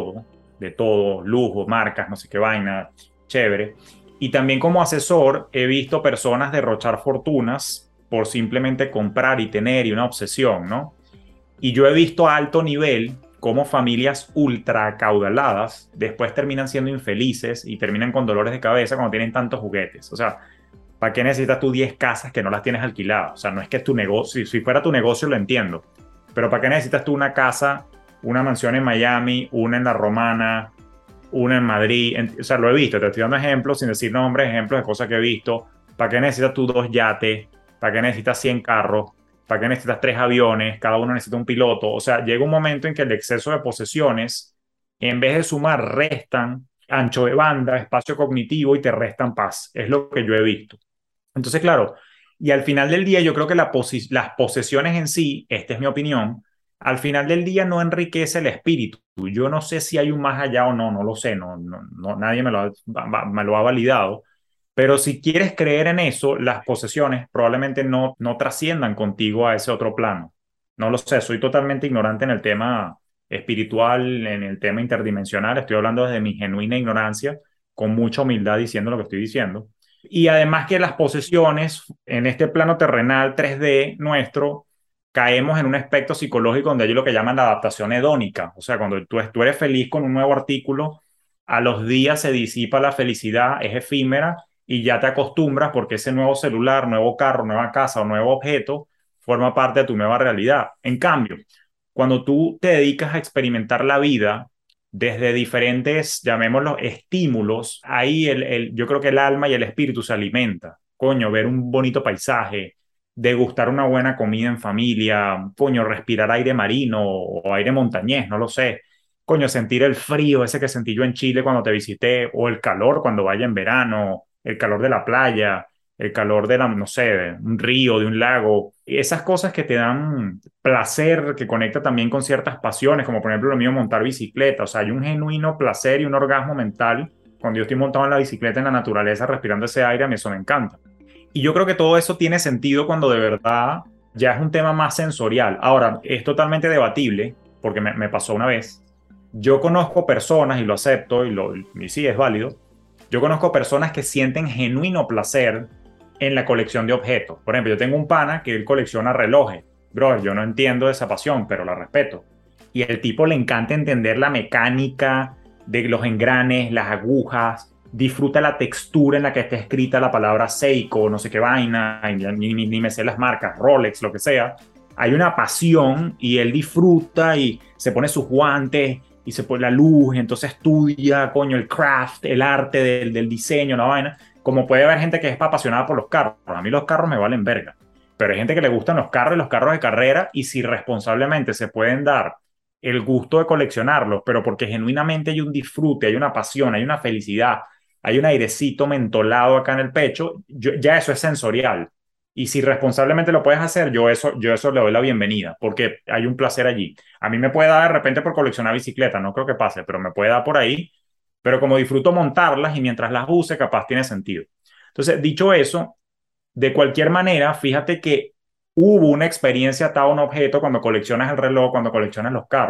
de todo, lujo, marcas, no sé qué vaina, chévere. Y también como asesor he visto personas derrochar fortunas por simplemente comprar y tener y una obsesión, ¿no? Y yo he visto a alto nivel cómo familias ultra acaudaladas después terminan siendo infelices y terminan con dolores de cabeza cuando tienen tantos juguetes. O sea, ¿para qué necesitas tú 10 casas que no las tienes alquiladas? O sea, no es que es tu negocio, si fuera tu negocio lo entiendo, pero ¿para qué necesitas tú una casa, una mansión en Miami, una en La Romana, una en Madrid? O sea, lo he visto, te estoy dando ejemplos sin decir nombres, ejemplos de cosas que he visto. ¿Para qué necesitas tú 2 yates? ¿Para qué necesitas 100 carros? ¿Para qué necesitas 3 aviones? Cada uno necesita un piloto. O sea, llega un momento en que el exceso de posesiones, en vez de sumar, restan ancho de banda, espacio cognitivo y te restan paz. Es lo que yo he visto. Entonces, claro, y al final del día yo creo que las posesiones en sí, esta es mi opinión, al final del día no enriquece el espíritu. Yo no sé si hay un más allá o no, no lo sé, nadie me lo ha validado, pero si quieres creer en eso, las posesiones probablemente no trasciendan contigo a ese otro plano. No lo sé, soy totalmente ignorante en el tema espiritual, en el tema interdimensional, estoy hablando desde mi genuina ignorancia, con mucha humildad diciendo lo que estoy diciendo. Y además que las posesiones en este plano terrenal 3D nuestro, caemos en un aspecto psicológico donde hay lo que llaman la adaptación hedónica. O sea, cuando tú eres feliz con un nuevo artículo, a los días se disipa la felicidad, es efímera y ya te acostumbras porque ese nuevo celular, nuevo carro, nueva casa o nuevo objeto forma parte de tu nueva realidad. En cambio, cuando tú te dedicas a experimentar la vida desde diferentes, llamémoslos, estímulos, ahí yo creo que el alma y el espíritu se alimentan. Coño, ver un bonito paisaje, degustar una buena comida en familia, coño, respirar aire marino o aire montañés, no lo sé. Coño, sentir el frío ese que sentí yo en Chile cuando te visité, o el calor cuando vaya en verano, el calor de la playa, el calor de no sé, de un río, de un lago. Esas cosas que te dan placer, que conecta también con ciertas pasiones, como por ejemplo lo mío montar bicicleta. O sea, hay un genuino placer y un orgasmo mental cuando yo estoy montado en la bicicleta en la naturaleza, respirando ese aire, a mí eso me encanta. Y yo creo que todo eso tiene sentido cuando de verdad ya es un tema más sensorial. Ahora, es totalmente debatible, porque me pasó una vez. Yo conozco personas, y lo acepto, y sí, es válido. Yo conozco personas que sienten genuino placer en la colección de objetos. Por ejemplo, yo tengo un pana que él colecciona relojes. Bro, yo no entiendo esa pasión, pero la respeto. Y el tipo le encanta entender la mecánica de los engranes, las agujas, disfruta la textura en la que está escrita la palabra Seiko, no sé qué vaina, ni me sé las marcas, Rolex, lo que sea. Hay una pasión y él disfruta y se pone sus guantes y se pone la luz, y entonces estudia, coño, el craft, el arte del diseño, la vaina. Como puede haber gente que es apasionada por los carros. A mí los carros me valen verga. Pero hay gente que le gustan los carros y los carros de carrera y si responsablemente se pueden dar el gusto de coleccionarlos, pero porque genuinamente hay un disfrute, hay una pasión, hay una felicidad, hay un airecito mentolado acá en el pecho, ya eso es sensorial. Y si responsablemente lo puedes hacer, yo eso le doy la bienvenida, porque hay un placer allí. A mí me puede dar de repente por coleccionar bicicletas, no creo que pase, pero me puede dar por ahí. Pero como disfruto montarlas y mientras las use, capaz tiene sentido. Entonces, dicho eso, de cualquier manera, fíjate que hubo una experiencia atada a un objeto cuando coleccionas el reloj, cuando coleccionas los carros.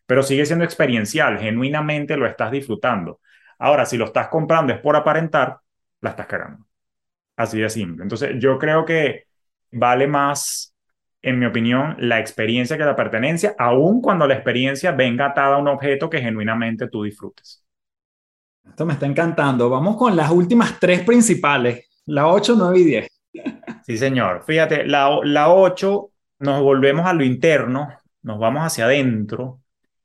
pero sigue siendo experiencial, genuinamente lo estás disfrutando. Ahora, si lo estás comprando es por aparentar, la estás cagando. Así de simple. Entonces, yo creo que vale más, en mi opinión, la experiencia que la pertenencia, aun cuando la experiencia venga atada a un objeto que genuinamente tú disfrutes. Esto me está encantando. Vamos con las últimas tres principales, la 8, 9 y 10. Sí, señor. Fíjate, la 8 nos volvemos a lo interno, nos vamos hacia adentro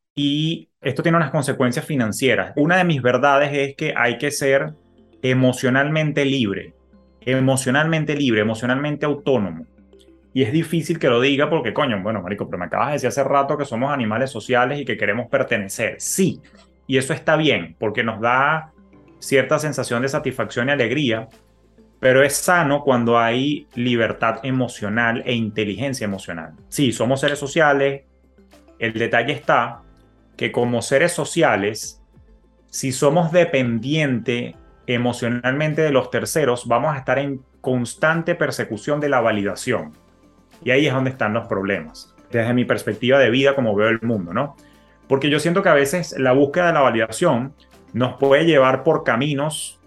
y esto tiene unas consecuencias financieras. Una de mis verdades es que hay que ser emocionalmente libre, emocionalmente libre, emocionalmente autónomo. Y es difícil que lo diga porque, coño, bueno, marico, pero me acabas de decir hace rato que somos animales sociales y que queremos pertenecer. Sí, y eso está bien porque nos da cierta sensación de satisfacción y alegría, pero es sano cuando hay libertad emocional e inteligencia emocional. Sí, somos seres sociales. El detalle está que como seres sociales, si somos dependientes emocionalmente de los terceros, vamos a estar en constante persecución de la validación. Y ahí es donde están los problemas, desde mi perspectiva de vida, como veo el mundo, ¿no? Porque yo siento que a veces la búsqueda de la validación nos puede llevar por caminos,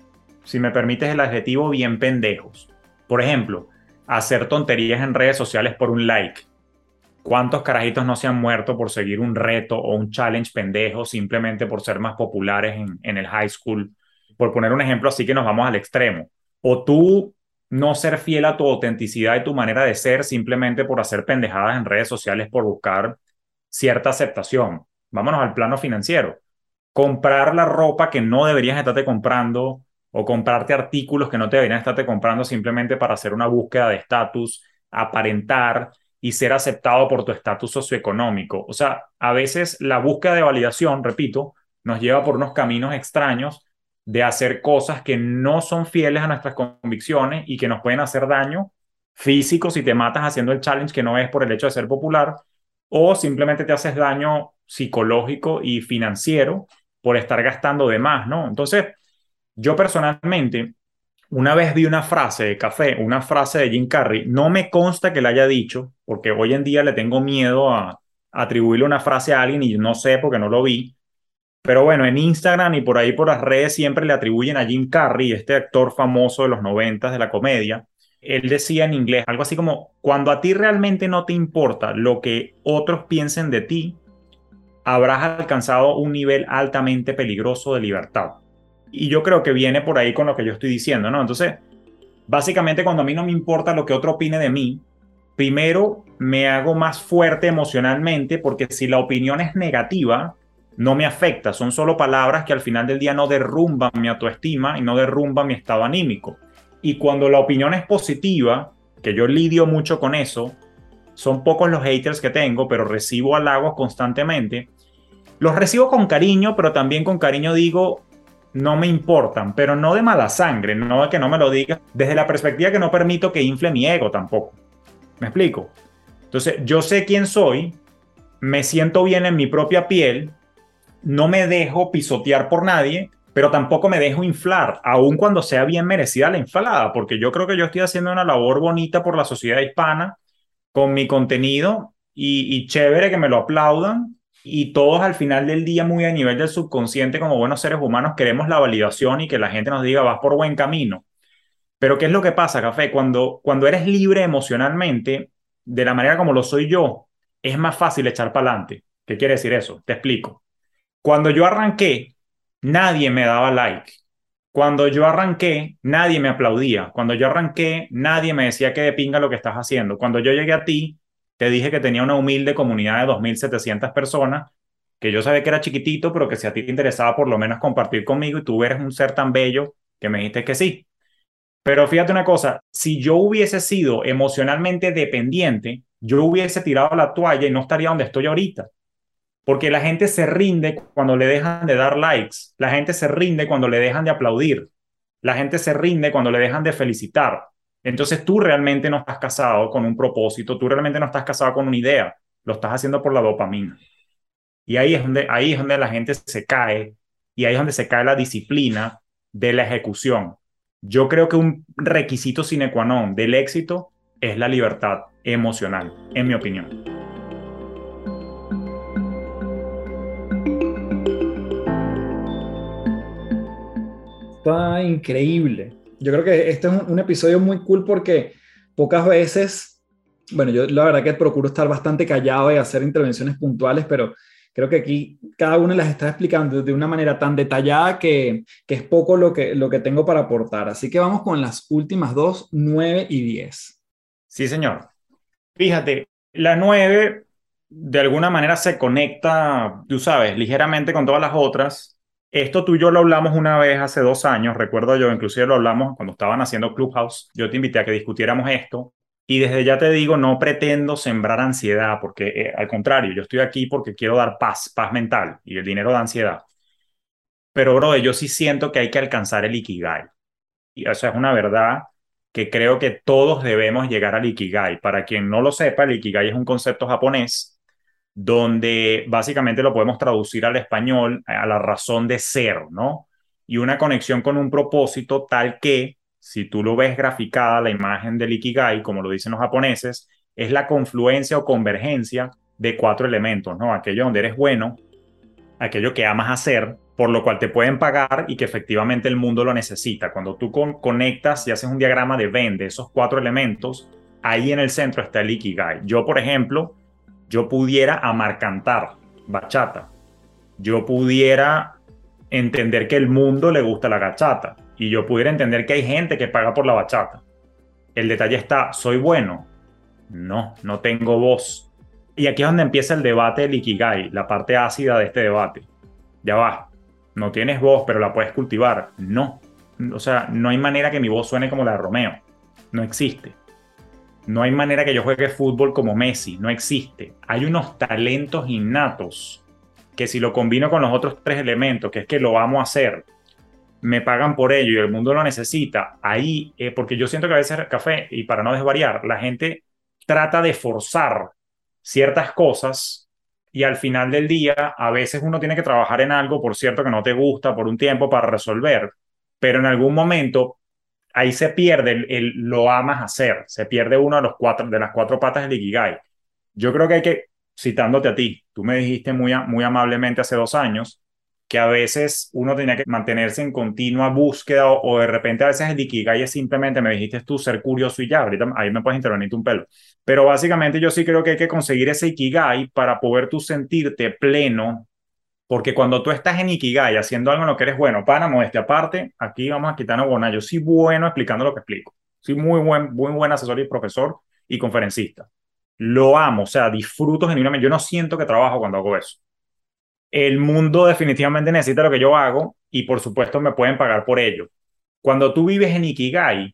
si me permites el adjetivo, bien pendejos. Por ejemplo, hacer tonterías en redes sociales por un like. ¿Cuántos carajitos no se han muerto por seguir un reto o un challenge pendejo simplemente por ser más populares en el high school? Por poner un ejemplo así que nos vamos al extremo. O tú no ser fiel a tu autenticidad y tu manera de ser simplemente por hacer pendejadas en redes sociales por buscar cierta aceptación. Vámonos al plano financiero. Comprar la ropa que no deberías estarte comprando o comprarte artículos que no te deberían estarte comprando simplemente para hacer una búsqueda de estatus, aparentar y ser aceptado por tu estatus socioeconómico. O sea, a veces la búsqueda de validación, repito, nos lleva por unos caminos extraños de hacer cosas que no son fieles a nuestras convicciones y que nos pueden hacer daño físico si te matas haciendo el challenge que no es por el hecho de ser popular, o simplemente te haces daño psicológico y financiero por estar gastando de más, ¿no? Entonces, yo personalmente, una vez vi una frase de Café, una frase de Jim Carrey, no me consta que la haya dicho, porque hoy en día le tengo miedo a atribuirle una frase a alguien y no sé porque no lo vi, pero bueno, en Instagram y por ahí por las redes siempre le atribuyen a Jim Carrey, este actor famoso de los 90 de la comedia. Él decía en inglés algo así como, cuando a ti realmente no te importa lo que otros piensen de ti, habrás alcanzado un nivel altamente peligroso de libertad. Y yo creo que viene por ahí con lo que yo estoy diciendo, ¿no? Entonces, básicamente cuando a mí no me importa lo que otro opine de mí, primero me hago más fuerte emocionalmente porque si la opinión es negativa, no me afecta, son solo palabras que al final del día no derrumban mi autoestima y no derrumban mi estado anímico. Y cuando la opinión es positiva, que yo lidio mucho con eso, son pocos los haters que tengo, pero recibo halagos constantemente. Los recibo con cariño, pero también con cariño digo, no me importan, pero no de mala sangre, no de que no me lo digas, desde la perspectiva que no permito que infle mi ego tampoco. ¿Me explico? Entonces, yo sé quién soy, me siento bien en mi propia piel, no me dejo pisotear por nadie, pero tampoco me dejo inflar, aun cuando sea bien merecida la inflada, porque yo creo que yo estoy haciendo una labor bonita por la sociedad hispana con mi contenido y chévere que me lo aplaudan. Y todos al final del día, muy a nivel del subconsciente, como buenos seres humanos, queremos la validación y que la gente nos diga, vas por buen camino. Pero ¿qué es lo que pasa, Café? Cuando eres libre emocionalmente, de la manera como lo soy yo, es más fácil echar para adelante. ¿Qué quiere decir eso? Te explico. Cuando yo arranqué, nadie me daba like. Cuando yo arranqué, nadie me aplaudía. Cuando yo arranqué, nadie me decía que de pinga lo que estás haciendo. Cuando yo llegué a ti, te dije que tenía una humilde comunidad de 2.700 personas, que yo sabía que era chiquitito, pero que si a ti te interesaba por lo menos compartir conmigo y tú eres un ser tan bello que me dijiste que sí. Pero fíjate una cosa, si yo hubiese sido emocionalmente dependiente, yo hubiese tirado la toalla y no estaría donde estoy ahorita. Porque la gente se rinde cuando le dejan de dar likes, la gente se rinde cuando le dejan de aplaudir, la gente se rinde cuando le dejan de felicitar. Entonces tú realmente no estás casado con un propósito, tú realmente no estás casado con una idea, lo estás haciendo por la dopamina. Y ahí es donde la gente se cae y ahí es donde se cae la disciplina de la ejecución. Yo creo que un requisito sine qua non del éxito es la libertad emocional, en mi opinión. está increíble. Yo creo que este es un episodio muy cool porque pocas veces, bueno, yo la verdad que procuro estar bastante callado y hacer intervenciones puntuales, pero creo que aquí cada una las está explicando de una manera tan detallada que es poco lo que tengo para aportar. Así que vamos con las últimas dos, 9 y 10. Sí, señor. Fíjate, la 9 de alguna manera se conecta, tú sabes, ligeramente con todas las otras. Esto tú y yo lo hablamos una vez hace 2 años, recuerdo yo, inclusive lo hablamos cuando estaban haciendo Clubhouse. Yo te invité a que discutiéramos esto y desde ya te digo, no pretendo sembrar ansiedad, porque al contrario, yo estoy aquí porque quiero dar paz, paz mental, y el dinero da ansiedad. Pero, bro, yo sí siento que hay que alcanzar el Ikigai. Y eso es una verdad que creo que todos debemos llegar al Ikigai. Para quien no lo sepa, el Ikigai es un concepto japonés donde básicamente lo podemos traducir al español a la razón de ser, ¿no? Y una conexión con un propósito tal que, si tú lo ves graficada, la imagen del Ikigai, como lo dicen los japoneses, es la confluencia o convergencia de 4 elementos, ¿no? Aquello donde eres bueno, aquello que amas hacer, por lo cual te pueden pagar y que efectivamente el mundo lo necesita. Cuando tú conectas y haces un diagrama de Venn de esos 4 elementos, ahí en el centro está el Ikigai. Yo, por ejemplo, yo pudiera amar cantar bachata. Yo pudiera entender que el mundo le gusta la bachata y yo pudiera entender que hay gente que paga por la bachata. El detalle está, ¿soy bueno? No, no tengo voz. Y aquí es donde empieza el debate del Ikigai, la parte ácida de este debate. Ya va, no tienes voz, pero la puedes cultivar. No, o sea, no hay manera que mi voz suene como la de Romeo. No existe. No hay manera que yo juegue fútbol como Messi. No existe. Hay unos talentos innatos que si lo combino con los otros 3 elementos, que es que lo vamos a hacer, me pagan por ello y el mundo lo necesita, ahí, porque yo siento que a veces, Café, y para no desvariar, la gente trata de forzar ciertas cosas y al final del día a veces uno tiene que trabajar en algo, por cierto, que no te gusta por un tiempo para resolver, pero en algún momento ahí se pierde lo amas hacer, se pierde uno de las 4 patas del Ikigai. Yo creo que hay que, citándote a ti, tú me dijiste muy amablemente hace 2 años que a veces uno tenía que mantenerse en continua búsqueda o de repente a veces el Ikigai es simplemente, me dijiste tú, ser curioso y ya, ahorita ahí me puedes intervenir un pelo. Pero básicamente yo sí creo que hay que conseguir ese Ikigai para poder tú sentirte pleno, porque cuando tú estás en Ikigai haciendo algo en lo que eres bueno, para modestia aparte, aquí vamos a quitarnos bona, yo soy bueno explicando lo que explico. Soy muy buen asesor y profesor y conferencista. Lo amo, o sea, disfruto genuinamente. Yo no siento que trabajo cuando hago eso. El mundo definitivamente necesita lo que yo hago y por supuesto me pueden pagar por ello. Cuando tú vives en Ikigai,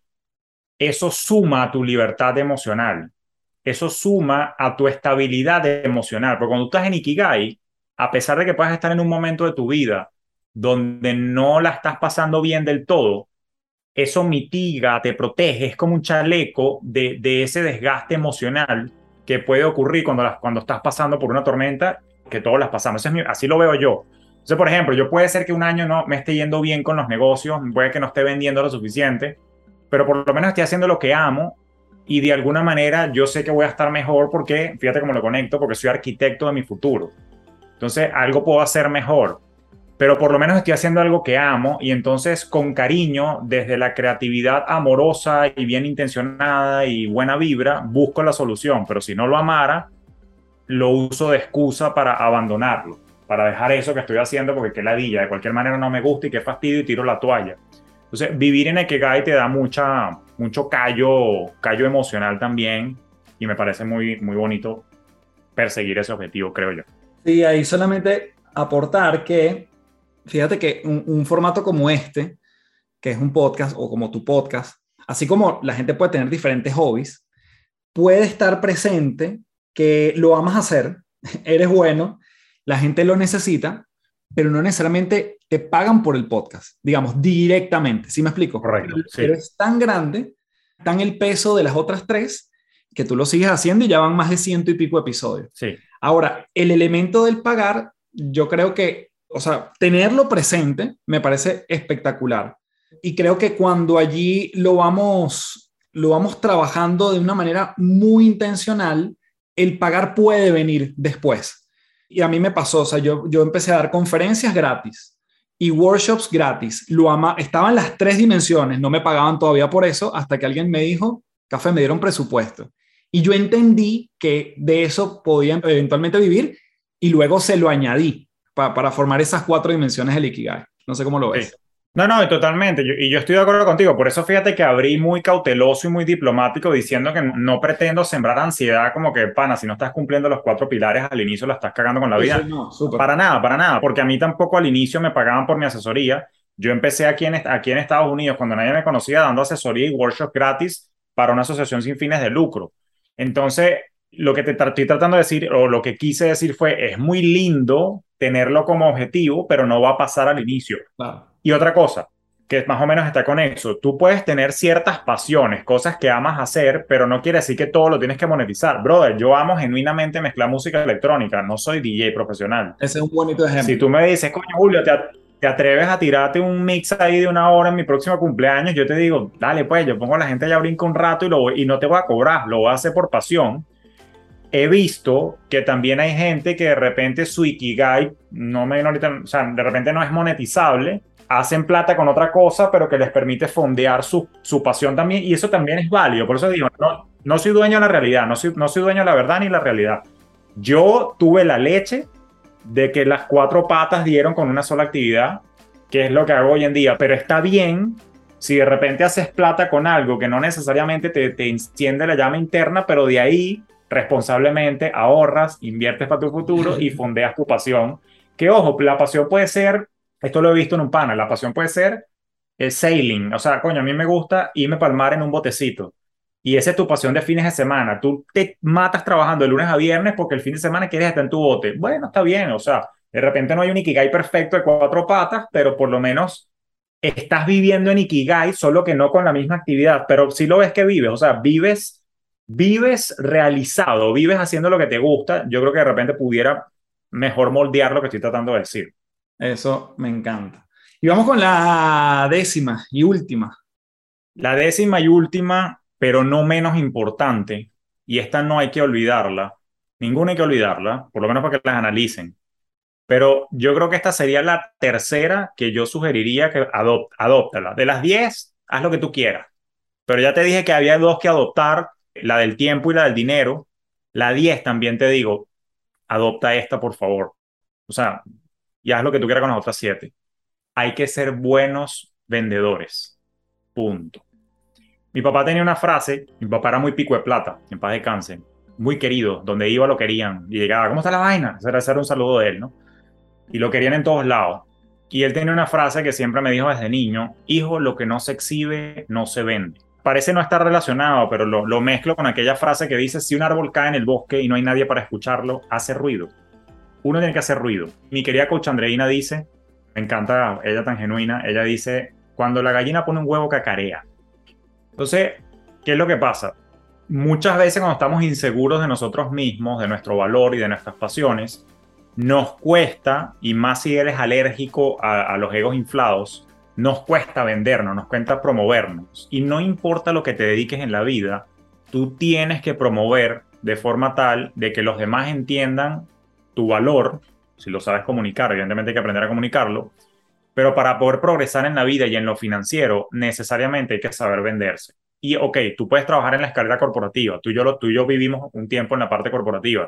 eso suma a tu libertad emocional, eso suma a tu estabilidad emocional, porque cuando tú estás en Ikigai, a pesar de que puedas estar en un momento de tu vida donde no la estás pasando bien del todo, eso mitiga, te protege, es como un chaleco de ese desgaste emocional que puede ocurrir cuando estás pasando por una tormenta, que todos las pasamos. Así lo veo yo. Entonces, por ejemplo, yo puede ser que un año no me esté yendo bien con los negocios, puede que no esté vendiendo lo suficiente, pero por lo menos estoy haciendo lo que amo y de alguna manera yo sé que voy a estar mejor porque, fíjate cómo lo conecto, porque soy arquitecto de mi futuro. Entonces, algo puedo hacer mejor, pero por lo menos estoy haciendo algo que amo y entonces con cariño, desde la creatividad amorosa y bien intencionada y buena vibra, busco la solución, pero si no lo amara, lo uso de excusa para abandonarlo, para dejar eso que estoy haciendo porque qué ladilla, de cualquier manera no me gusta y qué fastidio y tiro la toalla. Entonces, vivir en Ikigai te da mucho callo emocional también y me parece muy bonito perseguir ese objetivo, creo yo. Sí, ahí solamente aportar que, fíjate que un formato como este, que es un podcast o como tu podcast, así como la gente puede tener diferentes hobbies, puede estar presente que lo amas hacer, eres bueno, la gente lo necesita, pero no necesariamente te pagan por el podcast, digamos, directamente. ¿Sí me explico? Correcto, sí. Pero es tan grande, tan el peso de las otras 3, que tú lo sigues haciendo y ya van más de 100 y pico episodios. Sí. Ahora, el elemento del pagar, yo creo que, o sea, tenerlo presente me parece espectacular. Y creo que cuando allí lo vamos trabajando de una manera muy intencional, el pagar puede venir después. Y a mí me pasó, o sea, yo empecé a dar conferencias gratis y workshops gratis. Estaban las tres dimensiones, no me pagaban todavía por eso, hasta que alguien me dijo, Café, me dieron presupuesto. Y yo entendí que de eso podía eventualmente vivir y luego se lo añadí para formar esas cuatro dimensiones del Ikigai. No sé cómo lo Sí. ves. No, no, totalmente. Y yo estoy de acuerdo contigo. Por eso fíjate que abrí muy cauteloso y muy diplomático diciendo que no pretendo sembrar ansiedad como que, pana, si no estás cumpliendo los cuatro pilares al inicio la estás cagando con la Sí, sí, vida. no, súper. Para nada, para nada. Porque a mí tampoco al inicio me pagaban por mi asesoría. Yo empecé aquí en Estados Unidos cuando nadie me conocía dando asesoría y workshop gratis para una asociación sin fines de lucro. Entonces, lo que estoy tratando de decir o lo que quise decir fue, es muy lindo tenerlo como objetivo, pero no va a pasar al inicio. Claro. Y otra cosa, que más o menos está con eso, tú puedes tener ciertas pasiones, cosas que amas hacer, pero no quiere decir que todo lo tienes que monetizar. Brother, yo amo genuinamente mezclar música electrónica, no soy DJ profesional. Ese es un bonito Si ejemplo. tú me dices, coño, Julio, te atreves a tirarte un mix ahí de una hora en mi próximo cumpleaños, yo te digo, dale, pues, yo pongo a la gente allá a brincar un rato y no te voy a cobrar, lo voy a hacer por pasión. He visto que también hay gente que de repente su Ikigai, o sea, de repente no es monetizable, hacen plata con otra cosa, pero que les permite fondear su pasión también, y eso también es válido. Por eso digo, no soy dueño de la realidad, no soy dueño de la verdad ni la realidad. Yo tuve la leche de que las cuatro patas dieron con una sola actividad, que es lo que hago hoy en día, pero está bien si de repente haces plata con algo que no necesariamente te enciende la llama interna, pero de ahí responsablemente ahorras, inviertes para tu futuro y fondeas tu pasión. Que ojo, la pasión puede ser, esto lo he visto en un panel, la pasión puede ser el sailing, o sea, coño, a mí me gusta irme para el mar en un botecito. Y esa es tu pasión de fines de semana. Tú te matas trabajando de lunes a viernes porque el fin de semana quieres estar en tu bote. Bueno, está bien, o sea, de repente no hay un Ikigai perfecto de cuatro patas, pero por lo menos estás viviendo en Ikigai, solo que no con la misma actividad, pero sí lo ves que vives, o sea, vives realizado, vives haciendo lo que te gusta. Yo creo que de repente pudiera mejor moldear lo que estoy tratando de decir. Eso me encanta. Y vamos con la décima y última. La décima y última, pero no menos importante, y esta no hay que olvidarla, ninguna hay que olvidarla, por lo menos para que las analicen, pero yo creo que esta sería la tercera que yo sugeriría que adóptala. De las 10, haz lo que tú quieras, pero ya te dije que había dos que adoptar, la del tiempo y la del dinero. La 10 también te digo, adopta esta, por favor. O sea, y haz lo que tú quieras con las otras 7. Hay que ser buenos vendedores. Punto. Mi papá tenía una frase, mi papá era muy pico de plata, en paz descanse, muy querido, donde iba lo querían, y llegaba, ¿cómo está la vaina? Ese era un saludo de él, ¿no? Y lo querían en todos lados. Y él tenía una frase que siempre me dijo desde niño, hijo, lo que no se exhibe, no se vende. Parece no estar relacionado, pero lo mezclo con aquella frase que dice, si un árbol cae en el bosque y no hay nadie para escucharlo, hace ruido. Uno tiene que hacer ruido. Mi querida coach Andreina dice, me encanta ella tan genuina, ella dice, cuando la gallina pone un huevo cacarea. Entonces, ¿qué es lo que pasa? Muchas veces cuando estamos inseguros de nosotros mismos, de nuestro valor y de nuestras pasiones, nos cuesta, y más si eres alérgico a los egos inflados, nos cuesta vendernos, nos cuesta promovernos. Y no importa lo que te dediques en la vida, tú tienes que promover de forma tal de que los demás entiendan tu valor, si lo sabes comunicar, evidentemente hay que aprender a comunicarlo, pero para poder progresar en la vida y en lo financiero, necesariamente hay que saber venderse. Y ok, tú puedes trabajar en la escalera corporativa, tú y yo vivimos un tiempo en la parte corporativa.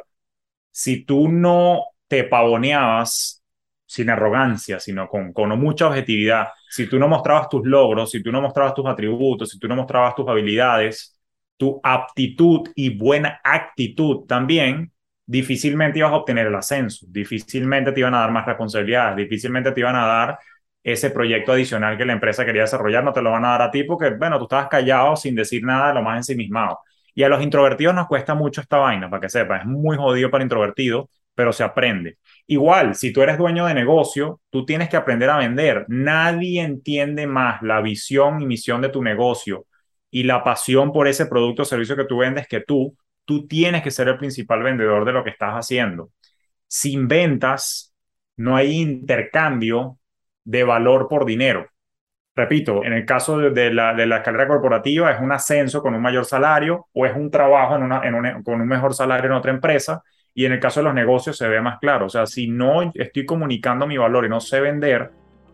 Si tú no te pavoneabas sin arrogancia, sino con mucha objetividad, si tú no mostrabas tus logros, si tú no mostrabas tus atributos, si tú no mostrabas tus habilidades, tu aptitud y buena actitud también, difícilmente ibas a obtener el ascenso, difícilmente te iban a dar más responsabilidades, difícilmente te iban a dar ese proyecto adicional que la empresa quería desarrollar, no te lo van a dar a ti porque, bueno, tú estabas callado sin decir nada de lo más ensimismado. Y a los introvertidos nos cuesta mucho esta vaina, para que sepas, es muy jodido para introvertidos, pero se aprende. Igual, si tú eres dueño de negocio, tú tienes que aprender a vender. Nadie entiende más la visión y misión de tu negocio y la pasión por ese producto o servicio que tú vendes que tú. Tú tienes que ser el principal vendedor de lo que estás haciendo. Sin ventas, no hay intercambio de valor por dinero. Repito, en el caso de la escalera corporativa es un ascenso con un mayor salario o es un trabajo con un mejor salario en otra empresa, y en el caso de los negocios se ve más claro. O sea, si no estoy comunicando mi valor y no sé vender,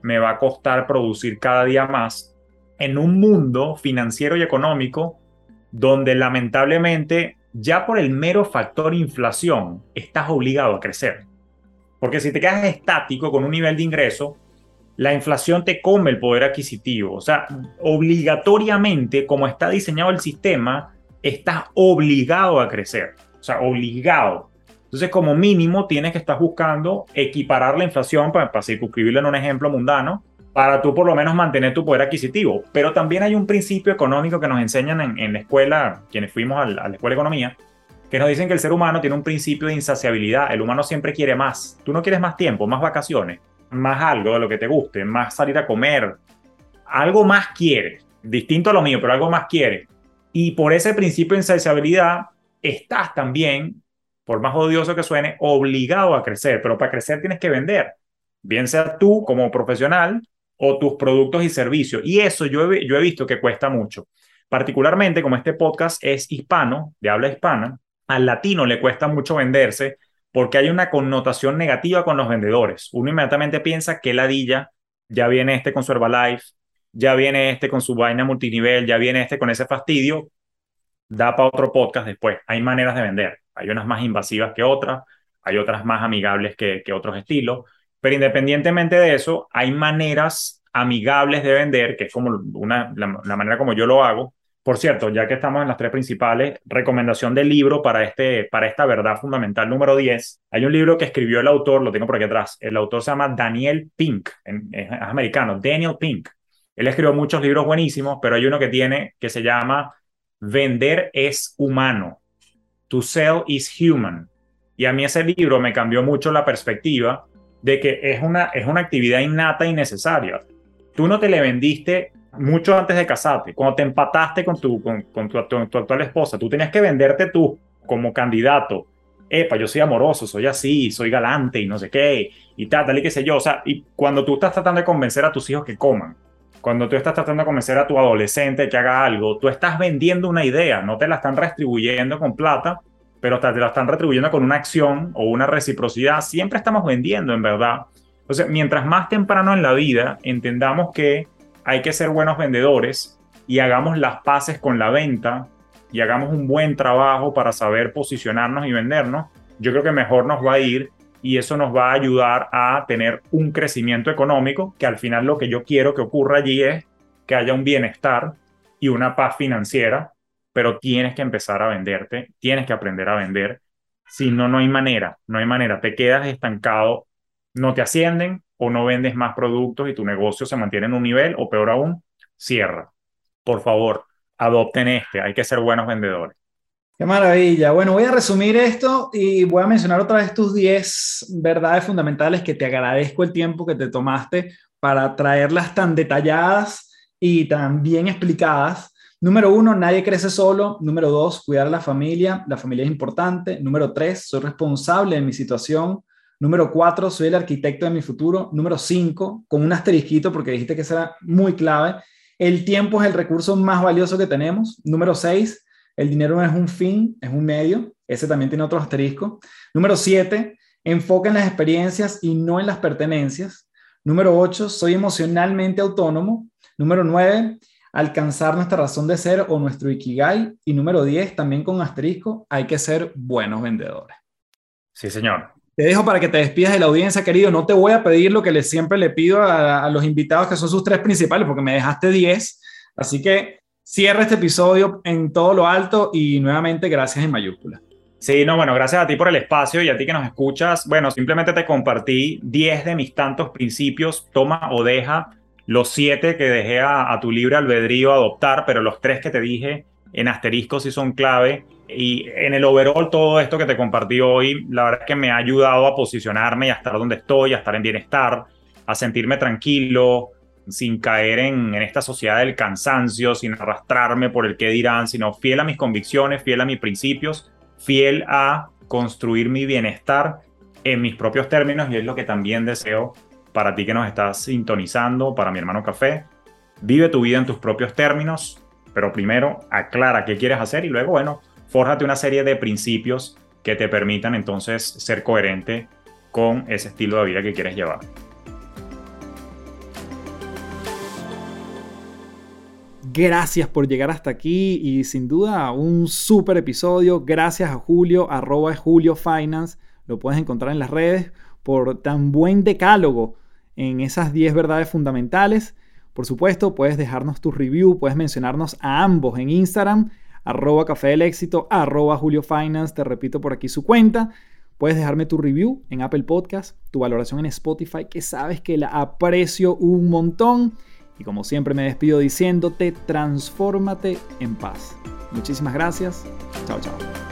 me va a costar producir cada día más en un mundo financiero y económico donde lamentablemente ya por el mero factor inflación estás obligado a crecer? Porque si te quedas estático con un nivel de ingreso, la inflación te come el poder adquisitivo. O sea, obligatoriamente, como está diseñado el sistema, estás obligado a crecer. O sea, obligado. Entonces, como mínimo, tienes que estar buscando equiparar la inflación, para circunscribirlo en un ejemplo mundano, para tú por lo menos mantener tu poder adquisitivo. Pero también hay un principio económico que nos enseñan en la escuela, quienes fuimos a la escuela de economía, que nos dicen que el ser humano tiene un principio de insaciabilidad. El humano siempre quiere más. Tú no quieres más tiempo, más vacaciones, más algo de lo que te guste, más salir a comer. Algo más quieres. Distinto a lo mío, pero algo más quieres. Y por ese principio de insaciabilidad, estás también, por más odioso que suene, obligado a crecer. Pero para crecer tienes que vender. Bien sea tú como profesional o tus productos y servicios. Y eso yo he visto que cuesta mucho. Particularmente como este podcast es hispano, de habla hispana, al latino le cuesta mucho venderse porque hay una connotación negativa con los vendedores. Uno inmediatamente piensa que ladilla, ya viene este con su Herbalife, ya viene este con su vaina multinivel, ya viene este con ese fastidio, da para otro podcast después. Hay maneras de vender. Hay unas más invasivas que otras, hay otras más amigables que otros estilos, pero independientemente de eso, hay maneras amigables de vender, que es como la manera como yo lo hago. Por cierto, ya que estamos en las tres principales, recomendación de libro para esta verdad fundamental número 10. Hay un libro que escribió el autor, lo tengo por aquí atrás. El autor se llama Daniel Pink, es americano, Daniel Pink. Él escribió muchos libros buenísimos, pero hay uno que se llama Vender es humano. To sell is human. Y a mí ese libro me cambió mucho la perspectiva de que es una actividad innata y necesaria. Tú no te le vendiste mucho antes de casarte. Cuando te empataste con tu actual esposa, tú tenías que venderte tú como candidato. Epa, yo soy amoroso, soy así, soy galante y no sé qué, y tal y qué sé yo. O sea, y cuando tú estás tratando de convencer a tus hijos que coman, cuando tú estás tratando de convencer a tu adolescente que haga algo, tú estás vendiendo una idea, no te la están retribuyendo con plata, pero te la están retribuyendo con una acción o una reciprocidad. Siempre estamos vendiendo, en verdad. Entonces, mientras más temprano en la vida entendamos que hay que ser buenos vendedores y hagamos las paces con la venta y hagamos un buen trabajo para saber posicionarnos y vendernos, yo creo que mejor nos va a ir y eso nos va a ayudar a tener un crecimiento económico, que al final lo que yo quiero que ocurra allí es que haya un bienestar y una paz financiera, pero tienes que empezar a venderte, tienes que aprender a vender. Si no, no hay manera, te quedas estancado, no te ascienden o no vendes más productos y tu negocio se mantiene en un nivel o peor aún, cierra. Por favor, adopten hay que ser buenos vendedores. Qué maravilla. Bueno, voy a resumir esto y voy a mencionar otra vez tus 10 verdades fundamentales que te agradezco el tiempo que te tomaste para traerlas tan detalladas y tan bien explicadas. Número 1, nadie crece solo. Número 2, cuidar a la familia. La familia es importante. Número 3, soy responsable de mi situación. Número 4, soy el arquitecto de mi futuro. Número 5, con un asterisquito porque dijiste que será muy clave, el tiempo es el recurso más valioso que tenemos. Número 6, el dinero no es un fin, es un medio. Ese también tiene otro asterisco. Número 7, enfoca en las experiencias y no en las pertenencias. Número 8, soy emocionalmente autónomo. Número 9, alcanzar nuestra razón de ser o nuestro ikigai. Y número 10, también con asterisco, hay que ser buenos vendedores. Sí, señor. Te dejo para que te despidas de la audiencia, querido. No te voy a pedir lo que siempre le pido a los invitados, que son sus 3 principales, porque me dejaste 10. Así que cierra este episodio en todo lo alto y nuevamente gracias en mayúsculas. Sí, no, bueno, gracias a ti por el espacio y a ti que nos escuchas. Bueno, simplemente te compartí 10 de mis tantos principios. Toma o deja los 7 que dejé a tu libre albedrío adoptar, pero los 3 que te dije en asterisco sí son clave. Y en el overall, todo esto que te compartí hoy, la verdad es que me ha ayudado a posicionarme y a estar donde estoy, a estar en bienestar, a sentirme tranquilo, sin caer en esta sociedad del cansancio, sin arrastrarme por el qué dirán, sino fiel a mis convicciones, fiel a mis principios, fiel a construir mi bienestar en mis propios términos, y es lo que también deseo para ti que nos estás sintonizando, para mi hermano Café. Vive tu vida en tus propios términos, pero primero aclara qué quieres hacer y luego, bueno, fórjate una serie de principios que te permitan entonces ser coherente con ese estilo de vida que quieres llevar. Gracias por llegar hasta aquí y sin duda un súper episodio. Gracias a Julio, @JulioFinance. Lo puedes encontrar en las redes por tan buen decálogo en esas 10 verdades fundamentales. Por supuesto, puedes dejarnos tu review, puedes mencionarnos a ambos en Instagram, @Café del Éxito, @JulioFinance. Te repito por aquí su cuenta. Puedes dejarme tu review en Apple Podcast, tu valoración en Spotify, que sabes que la aprecio un montón. Y como siempre me despido diciéndote, transfórmate en paz. Muchísimas gracias. Chao, chao.